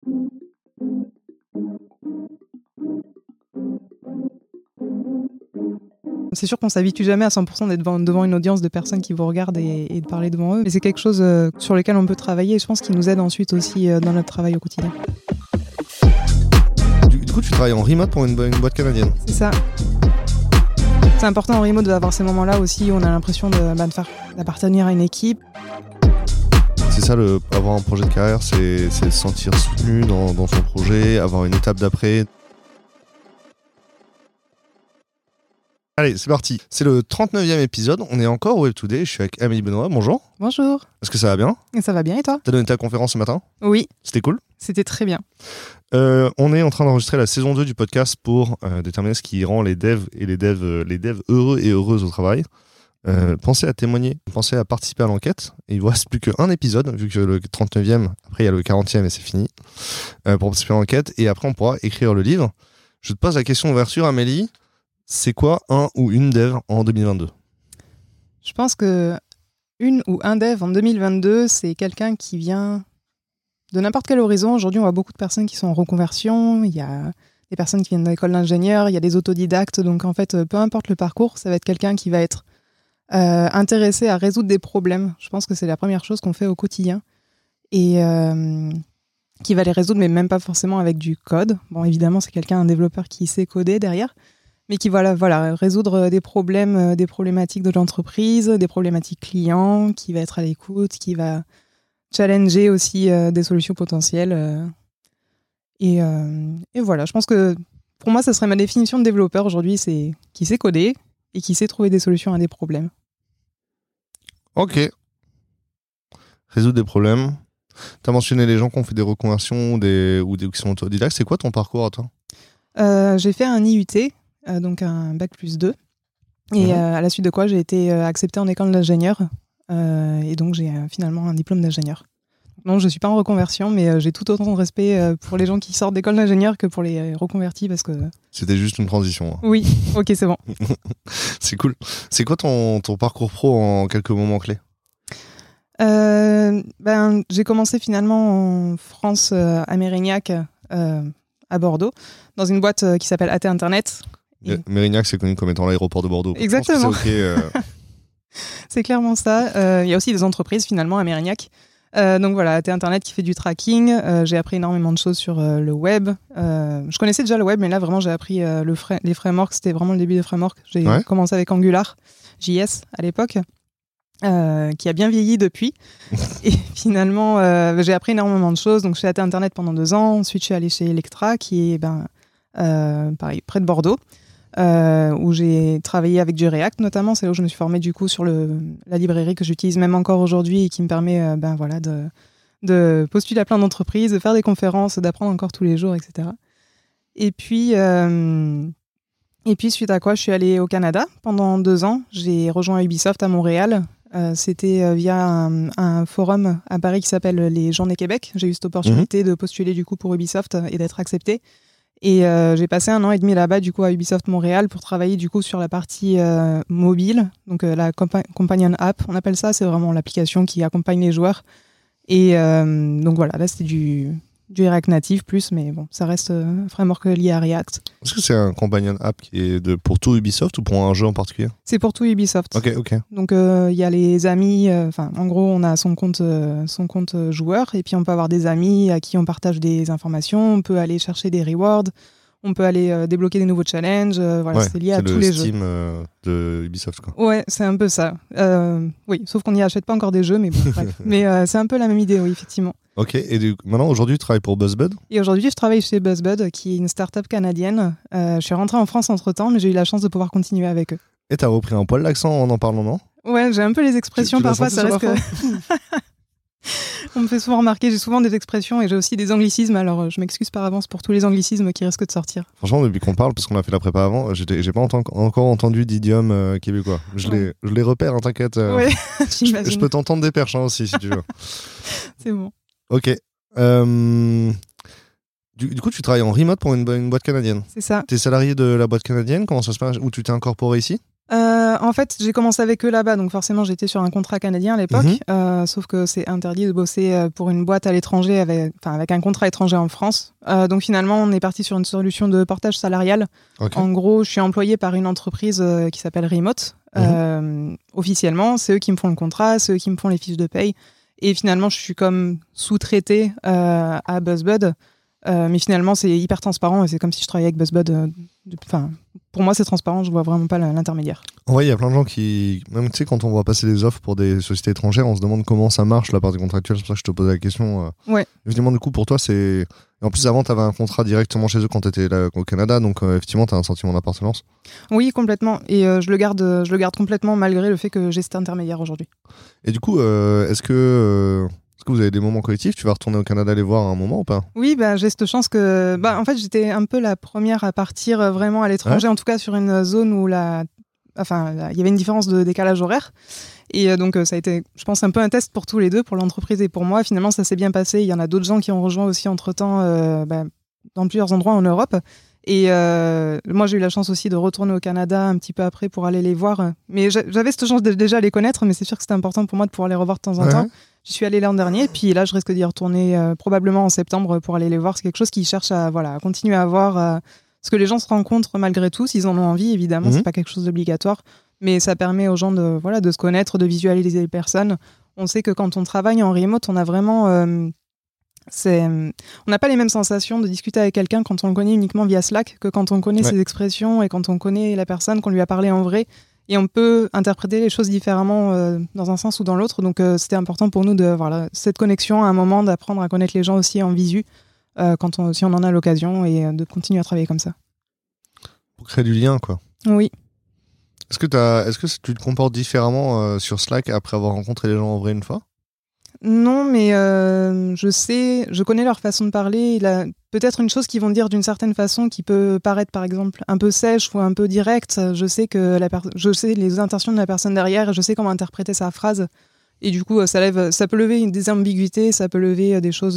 C'est sûr qu'on s'habitue jamais à 100% d'être devant une audience de personnes qui vous regardent et de parler devant eux. Mais c'est quelque chose sur lequel on peut travailler et je pense qu'il nous aide ensuite aussi dans notre travail au quotidien. Du coup, tu travailles en remote pour une boîte canadienne. C'est ça. C'est important en remote d'avoir ces moments-là aussi où on a l'impression d'appartenir à une équipe. C'est ça, avoir un projet de carrière, c'est se sentir soutenu dans son projet, avoir une étape d'après. Allez, c'est parti. C'est le 39e épisode. On est encore au Web Today. Je suis avec Amélie Benoît. Bonjour. Bonjour. Est-ce que ça va bien ? Et ça va bien et toi ? T'as donné ta conférence ce matin ? Oui. C'était cool ? C'était très bien. On est en train d'enregistrer la saison 2 du podcast pour déterminer ce qui rend les devs heureux et heureuses au travail. Pensez à témoigner, pensez à participer à l'enquête. Et il vous reste plus qu'un épisode, vu que le 39e, après il y a le 40e et c'est fini, pour participer à l'enquête. Et après on pourra écrire le livre. Je te pose la question d'ouverture, Amélie. C'est quoi un ou une dev en 2022 ? Je pense que une ou un dev en 2022, c'est quelqu'un qui vient de n'importe quel horizon. Aujourd'hui, on voit beaucoup de personnes qui sont en reconversion. Il y a des personnes qui viennent de l'école d'ingénieur. Il y a des autodidactes. Donc, en fait, peu importe le parcours, ça va être quelqu'un qui va être intéressé à résoudre des problèmes. Je pense que c'est la première chose qu'on fait au quotidien. Et qui va les résoudre, mais même pas forcément avec du code. Bon, évidemment, c'est un développeur qui sait coder derrière. Mais qui voilà, résoudre des problèmes, des problématiques de l'entreprise, des problématiques clients, qui va être à l'écoute, qui va challenger aussi des solutions potentielles. Et voilà, je pense que pour moi, ça serait ma définition de développeur aujourd'hui, c'est qui sait coder et qui sait trouver des solutions à des problèmes. Ok. Résoudre des problèmes. T'as mentionné les gens qui ont fait des reconversions ou qui sont autodidactes. C'est quoi ton parcours à toi ? J'ai fait un IUT. Donc un bac+2 et à la suite de quoi j'ai été acceptée en école d'ingénieur et donc j'ai finalement un diplôme d'ingénieur. Non, je suis pas en reconversion, mais j'ai tout autant de respect pour les gens qui sortent d'école d'ingénieur que pour les reconvertis parce que... C'était juste une transition. Hein. Oui, ok, c'est bon. C'est cool. C'est quoi ton parcours pro en quelques moments clés ? J'ai commencé finalement en France à Mérignac, à Bordeaux, dans une boîte qui s'appelle AT Internet. Mérignac, c'est connu comme étant l'aéroport de Bordeaux. Exactement. C'est, c'est clairement ça. Il y a aussi des entreprises finalement à Mérignac. Donc voilà, AT Internet qui fait du tracking. J'ai appris énormément de choses sur le web. Je connaissais déjà le web, mais là vraiment j'ai appris les frameworks. C'était vraiment le début des frameworks. J'ai commencé avec Angular, JS à l'époque, qui a bien vieilli depuis. Et finalement, j'ai appris énormément de choses. Donc je suis AT Internet pendant 2 ans. Ensuite, je suis allée chez Electra, qui est pareil, près de Bordeaux. Où j'ai travaillé avec du React notamment, c'est là où je me suis formée du coup sur la librairie que j'utilise même encore aujourd'hui et qui me permet de postuler à plein d'entreprises, de faire des conférences, d'apprendre encore tous les jours, etc. Et puis suite à quoi je suis allée au Canada pendant 2 ans. J'ai rejoint Ubisoft à Montréal. C'était via un forum à Paris qui s'appelle les Journées Québec. J'ai eu cette opportunité de postuler du coup pour Ubisoft et d'être acceptée. Et j'ai passé 1 an et demi là-bas du coup à Ubisoft Montréal pour travailler du coup sur la partie mobile, donc la Companion App, on appelle ça, c'est vraiment l'application qui accompagne les joueurs. Et donc voilà, là c'était du React Native plus, mais bon, ça reste un framework lié à React. Est-ce que c'est un Companion App qui est pour tout Ubisoft ou pour un jeu en particulier ? C'est pour tout Ubisoft. Ok. Donc il y a les amis, en gros on a son compte joueur et puis on peut avoir des amis à qui on partage des informations, on peut aller chercher des rewards, on peut aller débloquer des nouveaux challenges, c'est lié à tous les jeux. C'est le Steam de Ubisoft quoi. Ouais, c'est un peu ça. Oui, sauf qu'on n'y achète pas encore des jeux, mais bon, bref. Mais c'est un peu la même idée, oui, effectivement. Ok, et maintenant, aujourd'hui, tu travailles pour BuzzBud ? Et aujourd'hui, je travaille chez BuzzBud, qui est une start-up canadienne. Je suis rentrée en France entre-temps, mais j'ai eu la chance de pouvoir continuer avec eux. Et t'as repris un poil l'accent en parlant, non ? Ouais, j'ai un peu les expressions, parfois, ça reste que... On me fait souvent remarquer, j'ai souvent des expressions et j'ai aussi des anglicismes, alors je m'excuse par avance pour tous les anglicismes qui risquent de sortir. Franchement, depuis qu'on parle, parce qu'on a fait la prépa avant, j'ai pas encore entendu d'idiome québécois. Je les repère, hein, t'inquiète. Ouais, je peux t'entendre des perches aussi, si tu veux. C'est bon. Ok. Du coup, tu travailles en remote pour une boîte canadienne. C'est ça. T'es salarié de la boîte canadienne, comment ça se passe? Ou tu t'es incorporé ici? En fait, j'ai commencé avec eux là-bas, donc forcément j'étais sur un contrat canadien à l'époque, sauf que c'est interdit de bosser pour une boîte à l'étranger avec un contrat étranger en France. Donc finalement, on est parti sur une solution de portage salarial. Okay. En gros, je suis employé par une entreprise qui s'appelle Remote. Officiellement, c'est eux qui me font le contrat, c'est eux qui me font les fiches de paye. Et finalement, je suis comme sous-traité à BuzzBud. Mais finalement, c'est hyper transparent et c'est comme si je travaillais avec BuzzBud. Pour moi, c'est transparent, je vois vraiment pas l'intermédiaire. En vrai, il y a plein de gens qui, même tu sais, quand on voit passer des offres pour des sociétés étrangères, on se demande comment ça marche la partie contractuelle. C'est pour ça que je te posais la question. Ouais. Évidemment, du coup, pour toi, c'est. Et en plus, avant, tu avais un contrat directement chez eux quand tu étais là au Canada, donc effectivement, tu as un sentiment d'appartenance. Oui, complètement. Et je le garde complètement malgré le fait que j'ai cet intermédiaire aujourd'hui. Et du coup, est-ce que vous avez des moments collectifs? Tu vas retourner au Canada les voir à un moment ou pas? Oui, j'ai cette chance que... en fait, j'étais un peu la première à partir vraiment à l'étranger, en tout cas sur une zone où il y avait une différence de décalage horaire. Et donc, ça a été, je pense, un peu un test pour tous les deux, pour l'entreprise et pour moi. Finalement, ça s'est bien passé. Il y en a d'autres gens qui ont rejoint aussi entre-temps dans plusieurs endroits en Europe. Et moi, j'ai eu la chance aussi de retourner au Canada un petit peu après pour aller les voir. Mais j'avais cette chance de déjà les connaître, mais c'est sûr que c'était important pour moi de pouvoir les revoir de temps en temps. J'y suis allée l'an dernier, puis là, je risque d'y retourner probablement en septembre pour aller les voir. C'est quelque chose qui cherche à continuer à voir ce que les gens se rencontrent malgré tout, s'ils en ont envie, évidemment. C'est pas quelque chose d'obligatoire, mais ça permet aux gens de se connaître, de visualiser les personnes. On sait que quand on travaille en remote, on a vraiment... on n'a pas les mêmes sensations de discuter avec quelqu'un quand on le connaît uniquement via Slack que quand on connaît ses expressions et quand on connaît la personne, qu'on lui a parlé en vrai. Et on peut interpréter les choses différemment dans un sens ou dans l'autre. Donc, c'était important pour nous d'avoir cette connexion à un moment, d'apprendre à connaître les gens aussi en visu, si on en a l'occasion, et de continuer à travailler comme ça. Pour créer du lien, quoi. Oui. Est-ce que tu te comportes différemment sur Slack après avoir rencontré les gens en vrai une fois? Non, mais je connais leur façon de parler. Peut-être une chose qu'ils vont dire d'une certaine façon qui peut paraître, par exemple, un peu sèche ou un peu directe. Je sais les intentions de la personne derrière et je sais comment interpréter sa phrase. Et du coup, ça peut lever des ambiguïtés, ça peut lever des choses...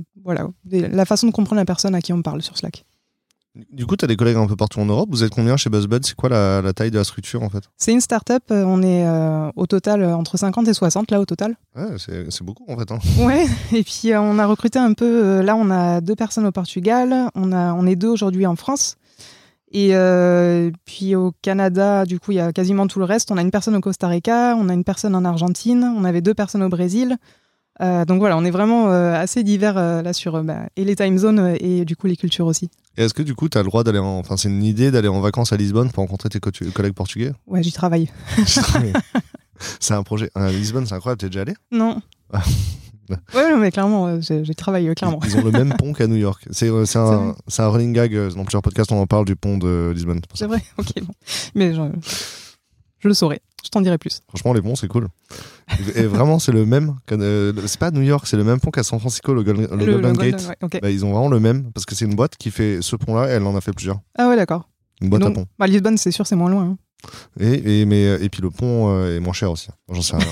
la façon de comprendre la personne à qui on parle sur Slack. Du coup, tu as des collègues un peu partout en Europe. Vous êtes combien chez BuzzBud? C'est quoi la taille de la structure en fait? C'est une start-up. On est au total entre 50 et 60 là au total. Ouais, c'est beaucoup en fait. Hein. Ouais, et puis on a recruté un peu. Là, on a 2 personnes au Portugal. On est 2 aujourd'hui en France. Et puis au Canada, du coup, il y a quasiment tout le reste. On a une personne au Costa Rica, on a une personne en Argentine, on avait 2 personnes au Brésil. Donc voilà, on est vraiment assez divers là sur et les time zones et du coup les cultures aussi. Et est-ce que du coup tu as le droit d'aller c'est une idée d'aller en vacances à Lisbonne pour rencontrer tes collègues portugais? Ouais, j'y travaille. C'est un projet. Lisbonne, c'est incroyable, t'es déjà allé? Non. Ouais, non, mais clairement, j'ai travaillé, clairement. Ils ont le même pont qu'à New York. C'est un running gag dans plusieurs podcasts, on en parle du pont de Lisbonne. C'est vrai, ok, bon. Mais je le saurai. Je t'en dirai plus. Franchement, les ponts, c'est cool. Et vraiment, c'est le même. C'est pas à New York, c'est le même pont qu'à San Francisco, le Golden Gate. Ouais, okay. Ils ont vraiment le même, parce que c'est une boîte qui fait ce pont-là, et elle en a fait plusieurs. Ah ouais, d'accord. Une boîte à pont. Lisbonne, c'est sûr, c'est moins loin. Hein. Et puis le pont est moins cher aussi. J'en sais rien.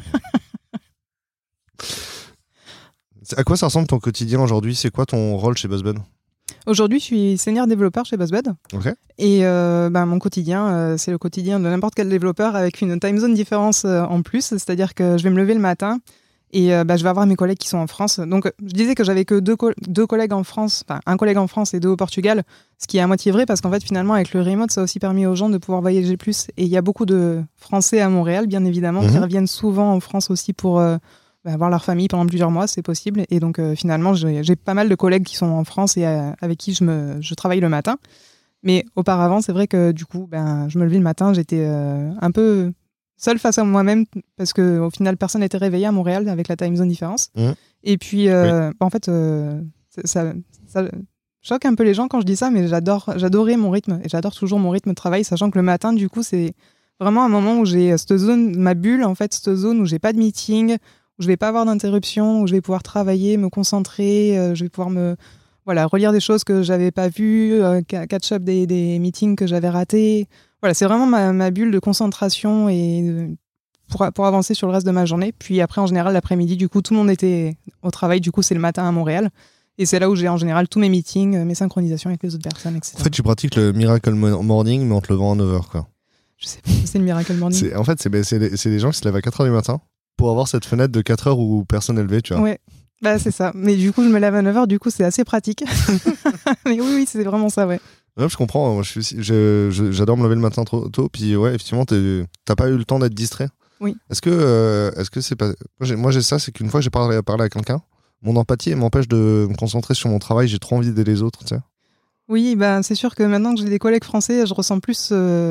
À quoi ça ressemble ton quotidien aujourd'hui? C'est quoi ton rôle chez BuzzBud? Aujourd'hui, je suis senior développeur chez BuzzBud. Okay. Et mon quotidien, c'est le quotidien de n'importe quel développeur avec une time zone différence en plus. C'est-à-dire que je vais me lever le matin et je vais avoir mes collègues qui sont en France. Donc, je disais que j'avais que deux collègues en France, enfin un collègue en France et 2 au Portugal, ce qui est à moitié vrai parce qu'en fait, finalement, avec le remote, ça a aussi permis aux gens de pouvoir voyager plus. Et il y a beaucoup de Français à Montréal, bien évidemment, qui reviennent souvent en France aussi pour... voir leur famille pendant plusieurs mois, c'est possible. Et donc, finalement, j'ai pas mal de collègues qui sont en France et avec qui je travaille le matin. Mais auparavant, c'est vrai que du coup, je me levais le matin, j'étais un peu seule face à moi-même parce qu'au final, personne n'était réveillé à Montréal avec la time zone différence. Et puis, en fait, ça choque un peu les gens quand je dis ça, mais j'adorais mon rythme et j'adore toujours mon rythme de travail, sachant que le matin, du coup, c'est vraiment un moment où j'ai cette zone, ma bulle, en fait, cette zone où j'ai pas de meeting, où je vais pas avoir d'interruption, où je vais pouvoir travailler, me concentrer, je vais pouvoir relire des choses que j'avais pas vues, catch up des meetings que j'avais ratés. Voilà, c'est vraiment ma bulle de concentration et pour avancer sur le reste de ma journée. Puis après, en général, l'après-midi, du coup, tout le monde était au travail. Du coup, c'est le matin à Montréal. Et c'est là où j'ai en général tous mes meetings, mes synchronisations avec les autres personnes, etc. En fait, tu pratiques le Miracle Morning, mais en te levant à 9h, quoi. Je sais pas si c'est le Miracle Morning. En fait, c'est les gens qui se lèvent à 4h du matin pour avoir cette fenêtre de 4h où personne n'est levé, tu vois. Ouais, bah c'est ça. Mais du coup, je me lève à 9h, du coup, c'est assez pratique. Mais oui, c'est vraiment ça, ouais. Ouais, je comprends. Moi, j'adore me lever le matin tôt. Puis, ouais, effectivement, t'as pas eu le temps d'être distrait. Oui. Est-ce que c'est pas. Moi, j'ai ça, c'est qu'une fois, j'ai parlé à quelqu'un, mon empathie m'empêche de me concentrer sur mon travail. J'ai trop envie d'aider les autres, tu sais. Oui, bah, c'est sûr que maintenant que j'ai des collègues français, je ressens plus.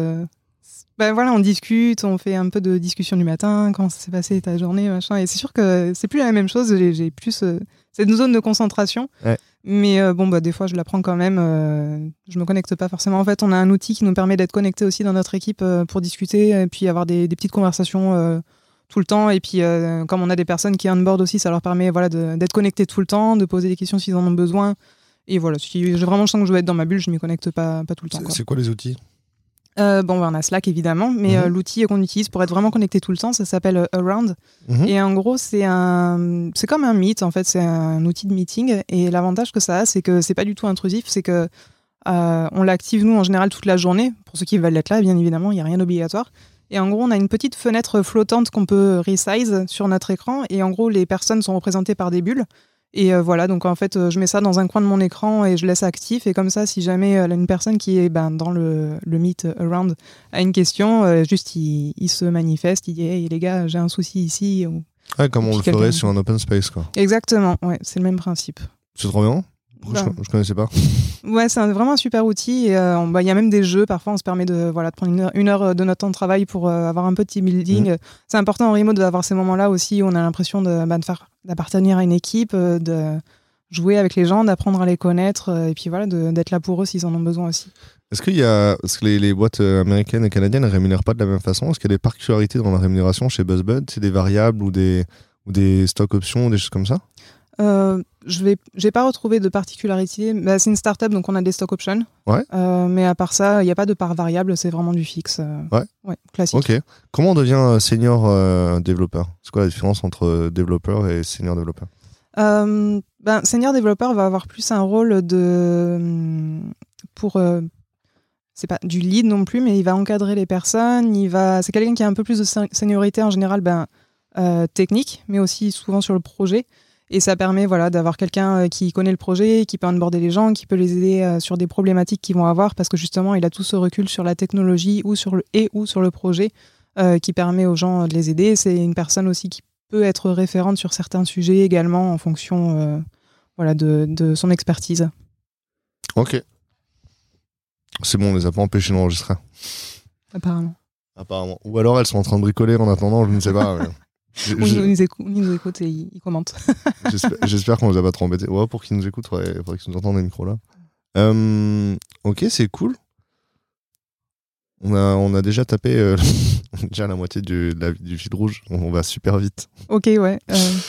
Bah, voilà, on discute, on fait un peu de discussion du matin, comment ça s'est passé ta journée, machin. Et c'est sûr que c'est plus la même chose. J'ai plus cette zone de concentration. Ouais. Mais bon, bah, des fois, je la prends quand même. Je me connecte pas forcément. En fait, on a un outil qui nous permet d'être connectés aussi dans notre équipe pour discuter et puis avoir des petites conversations tout le temps. Et puis, comme on a des personnes qui onboard aussi, ça leur permet voilà, d'être connectés tout le temps, de poser des questions s'ils en ont besoin. Et voilà, si j'ai vraiment le sens que je veux être dans ma bulle, je m'y connecte pas tout le temps. C'est quoi les outils ? Bon, on a Slack évidemment, mais l'outil qu'on utilise pour être vraiment connecté tout le temps, ça s'appelle Around. Et en gros, c'est comme un Meet, en fait, c'est un outil de meeting. Et l'avantage que ça a, c'est que c'est pas du tout intrusif, c'est que on l'active nous en général toute la journée. Pour ceux qui veulent être là, bien évidemment, il y a rien d'obligatoire. Et en gros, on a une petite fenêtre flottante qu'on peut resize sur notre écran. Et en gros, les personnes sont représentées par des bulles. Et voilà, donc en fait, je mets ça dans un coin de mon écran et je laisse actif. Et comme ça, si jamais une personne qui est dans le Meet Around a une question, juste il se manifeste, il dit « Hey les gars, j'ai un souci ici ». Ouais, comme on le ferait sur un open space, quoi. Exactement, ouais, c'est le même principe. C'est trop bien. Je connaissais pas. Ouais, c'est vraiment un super outil. Et y a même des jeux. Parfois, on se permet de prendre une heure de notre temps de travail pour avoir un peu de team building. C'est important en remote d'avoir ces moments-là aussi où on a l'impression d'appartenir à une équipe, de jouer avec les gens, d'apprendre à les connaître et puis voilà, d'être là pour eux s'ils en ont besoin aussi. Est-ce que les boîtes américaines et canadiennes ne rémunèrent pas de la même façon ? Est-ce qu'il y a des particularités dans la rémunération chez BuzzBud ? C'est des variables ou des stock options, des choses comme ça ? J'ai pas retrouvé de particularité. C'est une start-up, donc on a des stock options. Ouais. Mais à part ça, il n'y a pas de part variable, c'est vraiment du fixe. Ouais, classique. Ok. Comment on devient senior développeur ? C'est quoi la différence entre développeur et senior développeur ? Senior développeur va avoir plus un rôle c'est pas du lead non plus, mais il va encadrer les personnes. C'est quelqu'un qui a un peu plus de seniorité en général, technique, mais aussi souvent sur le projet. Et ça permet d'avoir quelqu'un qui connaît le projet, qui peut onboarder les gens, qui peut les aider sur des problématiques qu'ils vont avoir, parce que justement, il a tout ce recul sur la technologie ou sur le projet qui permet aux gens de les aider. C'est une personne aussi qui peut être référente sur certains sujets également en fonction de son expertise. Ok. C'est bon, on les a pas empêchés d'enregistrer. Apparemment. Ou alors elles sont en train de bricoler en attendant, je ne sais pas. Mais... Ils nous écoutent et ils commentent. J'espère qu'on les a pas trop embêtés. Ouais, pour qu'ils nous écoutent, il faudrait qu'ils nous entendent les micros là. Ok, c'est cool. On a déjà tapé déjà la moitié du fil rouge. On va super vite. Ok, ouais.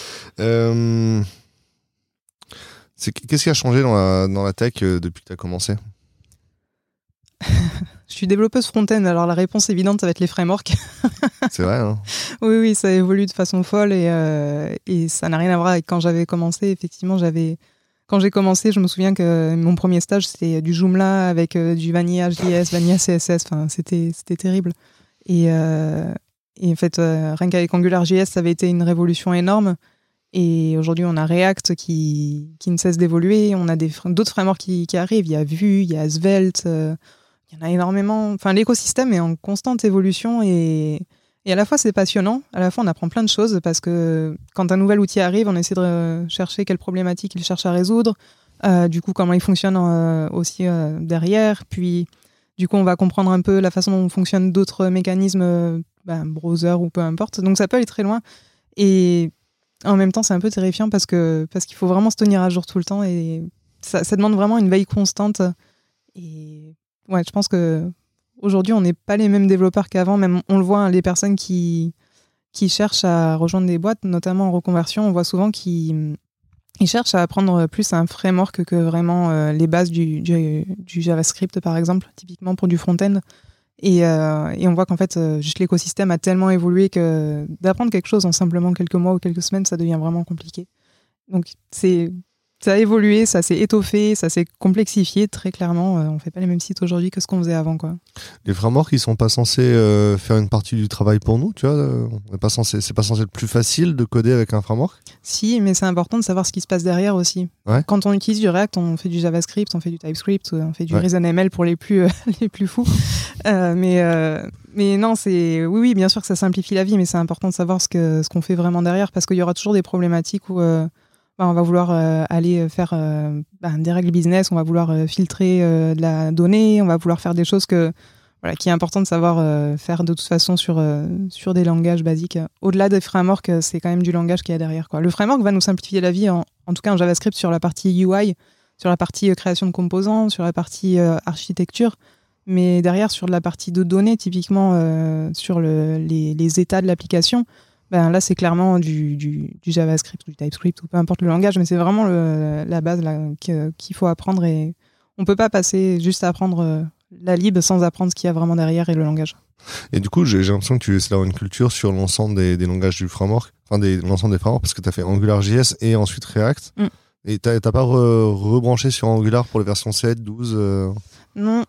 Qu'est-ce qui a changé dans la tech depuis que tu as commencé ? Je suis développeuse front-end, alors la réponse évidente, ça va être les frameworks. C'est vrai, hein ? Oui, ça évolue de façon folle et ça n'a rien à voir avec quand j'avais commencé. Effectivement, quand j'ai commencé, je me souviens que mon premier stage, c'était du Joomla avec du Vanilla JS, Vanilla CSS. Enfin, c'était terrible. Et en fait, rien qu'avec AngularJS, ça avait été une révolution énorme. Et aujourd'hui, on a React qui ne cesse d'évoluer. On a d'autres frameworks qui arrivent. Il y a Vue, il y a Svelte. Il y en a énormément. Enfin, l'écosystème est en constante évolution et à la fois c'est passionnant, à la fois on apprend plein de choses parce que quand un nouvel outil arrive, on essaie de chercher quelle problématique il cherche à résoudre, du coup comment il fonctionne aussi derrière, puis du coup on va comprendre un peu la façon dont fonctionnent d'autres mécanismes, browser ou peu importe. Donc ça peut aller très loin et en même temps c'est un peu terrifiant parce qu'il faut vraiment se tenir à jour tout le temps et ça demande vraiment une veille constante et ouais, je pense que aujourd'hui, on n'est pas les mêmes développeurs qu'avant. Même, on le voit, hein, les personnes qui cherchent à rejoindre des boîtes, notamment en reconversion, on voit souvent qu'ils cherchent à apprendre plus un framework que vraiment les bases du JavaScript, par exemple, typiquement pour du front-end. Et on voit qu'en fait, juste l'écosystème a tellement évolué que d'apprendre quelque chose en simplement quelques mois ou quelques semaines, ça devient vraiment compliqué. Donc, c'est Ça a évolué, ça s'est étoffé, ça s'est complexifié très clairement. On fait pas les mêmes sites aujourd'hui que ce qu'on faisait avant, quoi. Les frameworks, ils sont pas censés faire une partie du travail pour nous, tu vois. C'est pas censé être plus facile de coder avec un framework. Si, mais c'est important de savoir ce qui se passe derrière aussi. Ouais. Quand on utilise du React, on fait du JavaScript, on fait du TypeScript, on fait du ReasonML pour les plus les plus fous. Mais non, oui, bien sûr que ça simplifie la vie, mais c'est important de savoir ce qu'on fait vraiment derrière, parce qu'il y aura toujours des problématiques où on va vouloir aller faire des règles business, on va vouloir filtrer de la donnée, on va vouloir faire des choses qui est important de savoir faire de toute façon sur des langages basiques. Au-delà des frameworks, c'est quand même du langage qu'il y a derrière, quoi. Le framework va nous simplifier la vie, en tout cas en JavaScript, sur la partie UI, sur la partie création de composants, sur la partie architecture, mais derrière, sur la partie de données, typiquement sur les états de l'application, là, c'est clairement du JavaScript ou du TypeScript, ou peu importe le langage, mais c'est vraiment la base là, qu'il faut apprendre, et on peut pas passer juste à apprendre la lib sans apprendre ce qu'il y a vraiment derrière et le langage. Et du coup, j'ai l'impression que tu essaies d'avoir une culture sur l'ensemble des langages du framework, enfin l'ensemble des frameworks, parce que tu as fait AngularJS et ensuite React. Et t'as pas rebranché sur Angular pour les versions 7, 12 Non.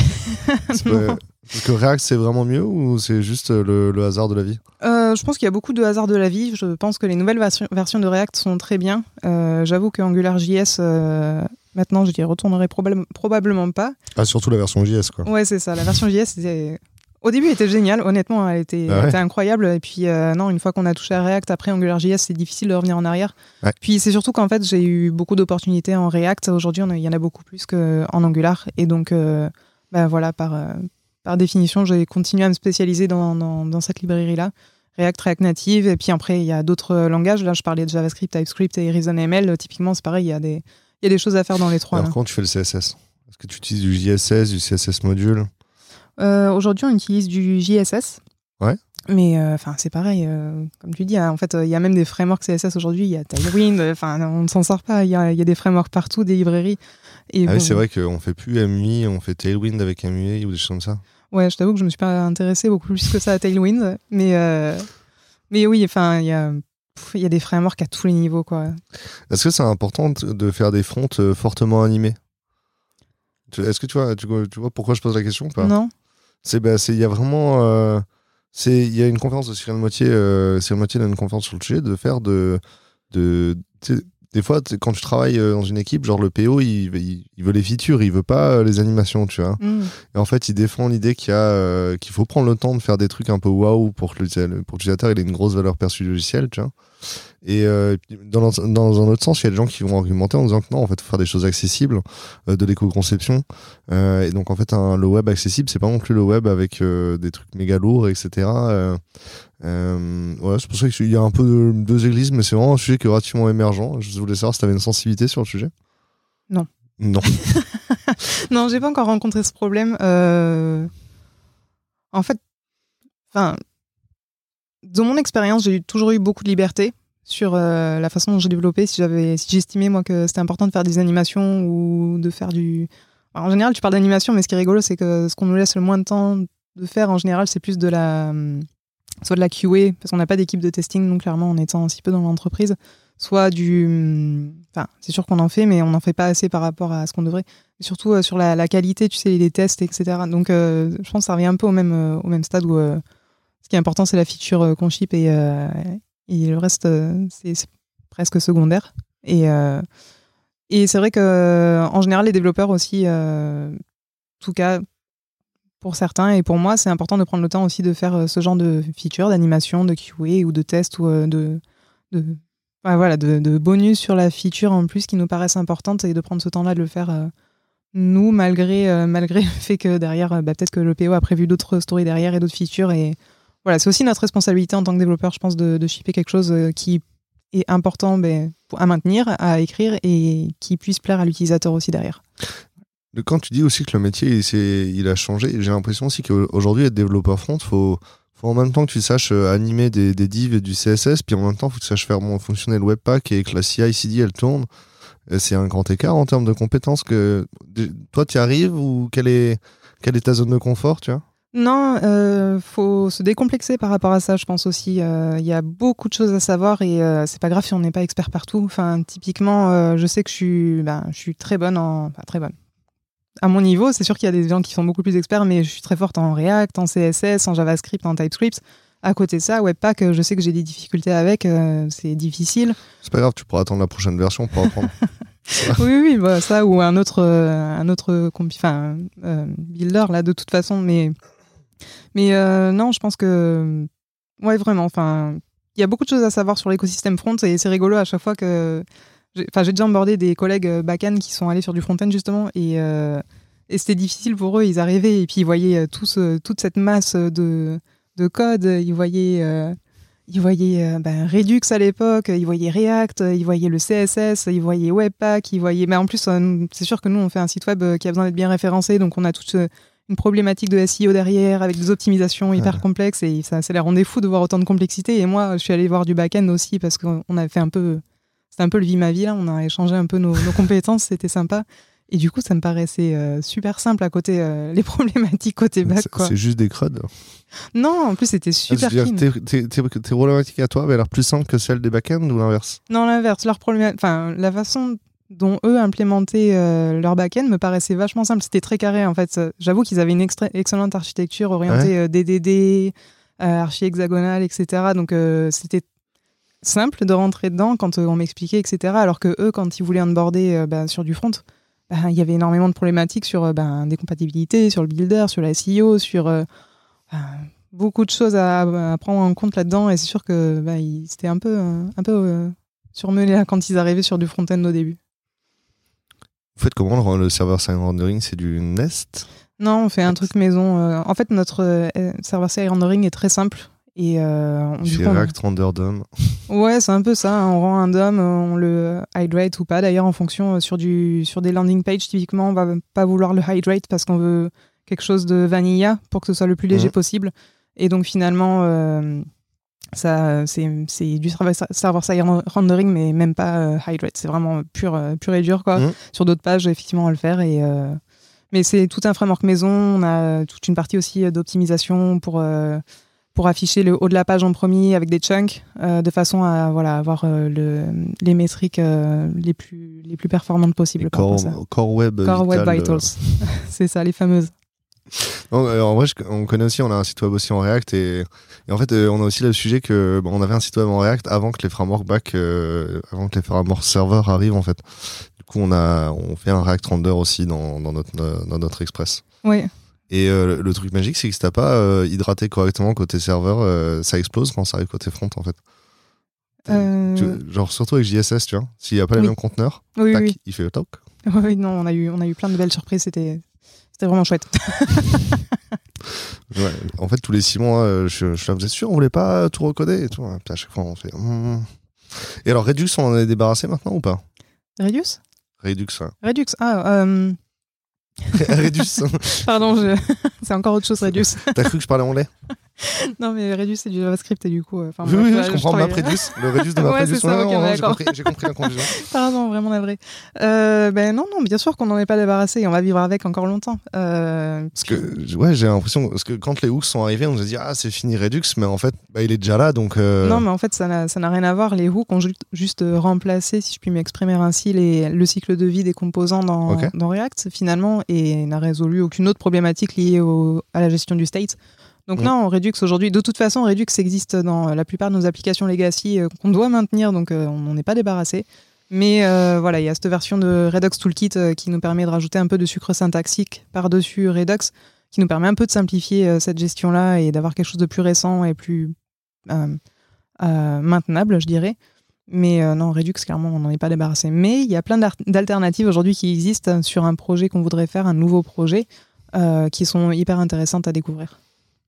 Non. Parce que React, c'est vraiment mieux, ou c'est juste le hasard de la vie? Je pense qu'il y a beaucoup de hasard de la vie. Je pense que les nouvelles versions de React sont très bien. J'avoue que AngularJS, maintenant, je n'y retournerai probablement pas. Ah, surtout la version JS, quoi. Ouais, c'est ça. La version JS, au début, elle était géniale. Honnêtement, elle était incroyable. Et puis, non, une fois qu'on a touché à React, après AngularJS, c'est difficile de revenir en arrière. Ouais. Puis, c'est surtout qu'en fait, j'ai eu beaucoup d'opportunités en React. Aujourd'hui, il y en a beaucoup plus qu'en Angular. Et donc, voilà, par définition, j'ai continué à me spécialiser dans cette librairie-là. React Native. Et puis après, il y a d'autres langages. Là, je parlais de JavaScript, TypeScript et ReasonML. Typiquement, c'est pareil, il y a des choses à faire dans les trois. Alors, comment tu fais le CSS? Est-ce que tu utilises du JSS, du CSS module? Aujourd'hui, on utilise du JSS. Ouais. Mais c'est pareil, comme tu dis, en fait, il y a même des frameworks CSS aujourd'hui. Il y a Tailwind. On ne s'en sort pas. Il y a des frameworks partout, des librairies. Et oui, c'est vrai qu'on fait plus MUI, on fait Tailwind avec MUI ou des choses comme ça. Ouais, je t'avoue que je me suis pas intéressée beaucoup plus que ça à Tailwind, mais oui, il y a des frameworks à tous les niveaux, quoi. Est-ce que c'est important de faire des fronts fortement animés? Est-ce que tu vois pourquoi je pose la question ou pas? Non. Il y a vraiment il y a une conférence de Cyril Mottier donne une conférence sur le sujet, de faire des fois, quand tu travailles dans une équipe, genre le PO, il veut les features, il veut pas les animations, tu vois. Et en fait, il défend l'idée qu'il faut prendre le temps de faire des trucs un peu waouh pour que l'utilisateur il ait une grosse valeur perçue du logiciel, tu vois. Et dans un autre sens, il y a des gens qui vont argumenter en disant que non, en fait, il faut faire des choses accessibles, de l'éco-conception. Et donc, en fait, le web accessible, c'est pas non plus le web avec des trucs méga lourds, etc. C'est pour ça qu'il y a un peu deux églises, mais c'est vraiment un sujet qui est relativement émergent. Je voulais savoir si tu avais une sensibilité sur le sujet. Non. Non. Non, j'ai pas encore rencontré ce problème. En fait, de mon expérience, j'ai toujours eu beaucoup de liberté sur la façon dont j'ai développé. Si j'estimais, moi, que c'était important de faire des animations ou de faire du... En général, tu parles d'animation, mais ce qui est rigolo, c'est que ce qu'on nous laisse le moins de temps de faire, en général, c'est plus soit de la QA, parce qu'on n'a pas d'équipe de testing, donc clairement, en étant si peu dans l'entreprise, soit c'est sûr qu'on en fait, mais on n'en fait pas assez par rapport à ce qu'on devrait. Et surtout sur la qualité, tu sais, les tests, etc. Donc, je pense que ça revient un peu au même stade où ce qui est important, c'est la feature qu'on ship, et le reste, c'est presque secondaire. Et c'est vrai que en général, les développeurs aussi, en tout cas pour certains et pour moi, c'est important de prendre le temps aussi de faire ce genre de feature, d'animation, de QA ou de test, ou de bonus sur la feature en plus qui nous paraissent importantes, et de prendre ce temps-là de le faire nous, malgré le fait que derrière, peut-être que le PO a prévu d'autres stories derrière et d'autres features. Et voilà, c'est aussi notre responsabilité en tant que développeur, je pense, de shipper quelque chose qui est important à maintenir, à écrire, et qui puisse plaire à l'utilisateur aussi derrière. Quand tu dis aussi que le métier il a changé, j'ai l'impression aussi qu'aujourd'hui, être développeur front, faut en même temps que tu saches animer des divs et du CSS, puis en même temps, il faut que tu saches faire fonctionner le Webpack et que la CI/CD elle tourne. C'est un grand écart en termes de compétences. Toi, tu y arrives, ou quelle est ta zone de confort, tu vois? Non, faut se décomplexer par rapport à ça, je pense aussi. Il y a beaucoup de choses à savoir et c'est pas grave si on n'est pas expert partout. Enfin, typiquement, je sais que je suis très bonne enfin, très bonne. À mon niveau, c'est sûr qu'il y a des gens qui sont beaucoup plus experts, mais je suis très forte en React, en CSS, en JavaScript, en TypeScript. À côté de ça, Webpack, je sais que j'ai des difficultés avec, c'est difficile. C'est pas grave, tu pourras attendre la prochaine version pour apprendre. Oui, bah, ça ou un autre builder là de toute façon, mais non, je pense que ouais vraiment. Enfin, il y a beaucoup de choses à savoir sur l'écosystème front et c'est rigolo à chaque fois que j'ai déjà onboardé des collègues back-end qui sont allés sur du front-end justement et c'était difficile pour eux. Ils arrivaient et puis ils voyaient toute cette masse de code. Ils voyaient Redux à l'époque, ils voyaient React, ils voyaient le CSS, ils voyaient Webpack, mais en plus c'est sûr que nous on fait un site web qui a besoin d'être bien référencé, donc on a toute une problématique de SEO derrière avec des optimisations hyper complexes et ça les rendait fous de voir autant de complexité. Et moi je suis allée voir du back-end aussi parce qu'on avait fait c'était un peu le vie ma vie là, on a échangé un peu nos compétences, c'était sympa. Et du coup, ça me paraissait super simple à côté les problématiques côté back. C'est juste des crud. Non, en plus, c'était super clean. Tes problématiques à toi avaient l'air plus simples que celles des back-end ou l'inverse? Non, l'inverse. La façon dont eux implémentaient leur back-end me paraissait vachement simple. C'était très carré, en fait. J'avoue qu'ils avaient une excellente architecture orientée DDD, archi-hexagonale, etc. Donc, c'était simple de rentrer dedans quand on m'expliquait, etc. Alors que eux, quand ils voulaient onboarder sur du front, il y avait énormément de problématiques sur des compatibilités, sur le builder, sur la SEO, sur beaucoup de choses à prendre en compte là-dedans. Et c'est sûr que c'était un peu surmené là, quand ils arrivaient sur du front-end au début. Vous faites comment le server-side rendering? C'est du Nest? Non, on fait un truc maison. En fait, notre server-side rendering est très simple. Et c'est React Render DOM. Ouais, c'est un peu ça. On rend un DOM, on le hydrate ou pas. D'ailleurs, en fonction sur des landing pages, typiquement, on va pas vouloir le hydrate parce qu'on veut quelque chose de vanilla pour que ce soit le plus léger possible. Et donc finalement, c'est du server-side rendering, mais même pas hydrate. C'est vraiment pur et dur, quoi. Sur d'autres pages, effectivement, on va le faire. Mais c'est tout un framework maison. On a toute une partie aussi d'optimisation pour afficher le haut de la page en premier avec des chunks, de façon à avoir les métriques les plus performantes possibles. Core Web Vitals. C'est ça, les fameuses. Non, en vrai, on connaît aussi, on a un site web aussi en React et en fait, on a aussi le sujet que on avait un site web en React avant que les frameworks avant que les frameworks serveurs arrivent en fait. Du coup, on fait un React Render aussi dans notre Express. Oui. Et le truc magique, c'est que si t'as pas hydraté correctement côté serveur, ça explose quand ça arrive côté front en fait. Genre surtout avec JSS, tu vois, s'il y a pas les mêmes conteneurs, il fait le toc. Oui, non, on a eu plein de belles surprises, c'était vraiment chouette. Ouais, en fait, tous les 6 mois, je là, vous êtes sûr, on voulait pas tout recoder et tout. Puis à chaque fois, on fait. Et alors, Redux, on en est débarrassé maintenant ou pas? Redux, ouais. Redux, Redux. Pardon, c'est encore autre chose, Redux. T'as cru que je parlais anglais? Non, mais Redux, c'est du JavaScript et du coup... oui, je comprends MapReduce. Le Redux de MapReduce. J'ai compris la confusion. Pardon, vraiment navré. Non, bien sûr qu'on n'en est pas débarrassé et on va vivre avec encore longtemps. Parce que, ouais, j'ai l'impression... Parce que quand les hooks sont arrivés, on se dit, c'est fini Redux, mais en fait, il est déjà là, donc... Non, mais en fait, ça n'a rien à voir. Les hooks ont juste remplacé, si je puis m'exprimer ainsi, le cycle de vie des composants dans React, finalement, et n'a résolu aucune autre problématique liée à la gestion du state. Donc non, Redux aujourd'hui, de toute façon, Redux existe dans la plupart de nos applications legacy qu'on doit maintenir, donc on n'en est pas débarrassé. Mais il y a cette version de Redux Toolkit qui nous permet de rajouter un peu de sucre syntaxique par-dessus Redux, qui nous permet un peu de simplifier cette gestion-là et d'avoir quelque chose de plus récent et plus maintenable, je dirais. Mais non, Redux, clairement, on n'en est pas débarrassé. Mais il y a plein d'alternatives aujourd'hui qui existent sur un projet qu'on voudrait faire, un nouveau projet, qui sont hyper intéressantes à découvrir.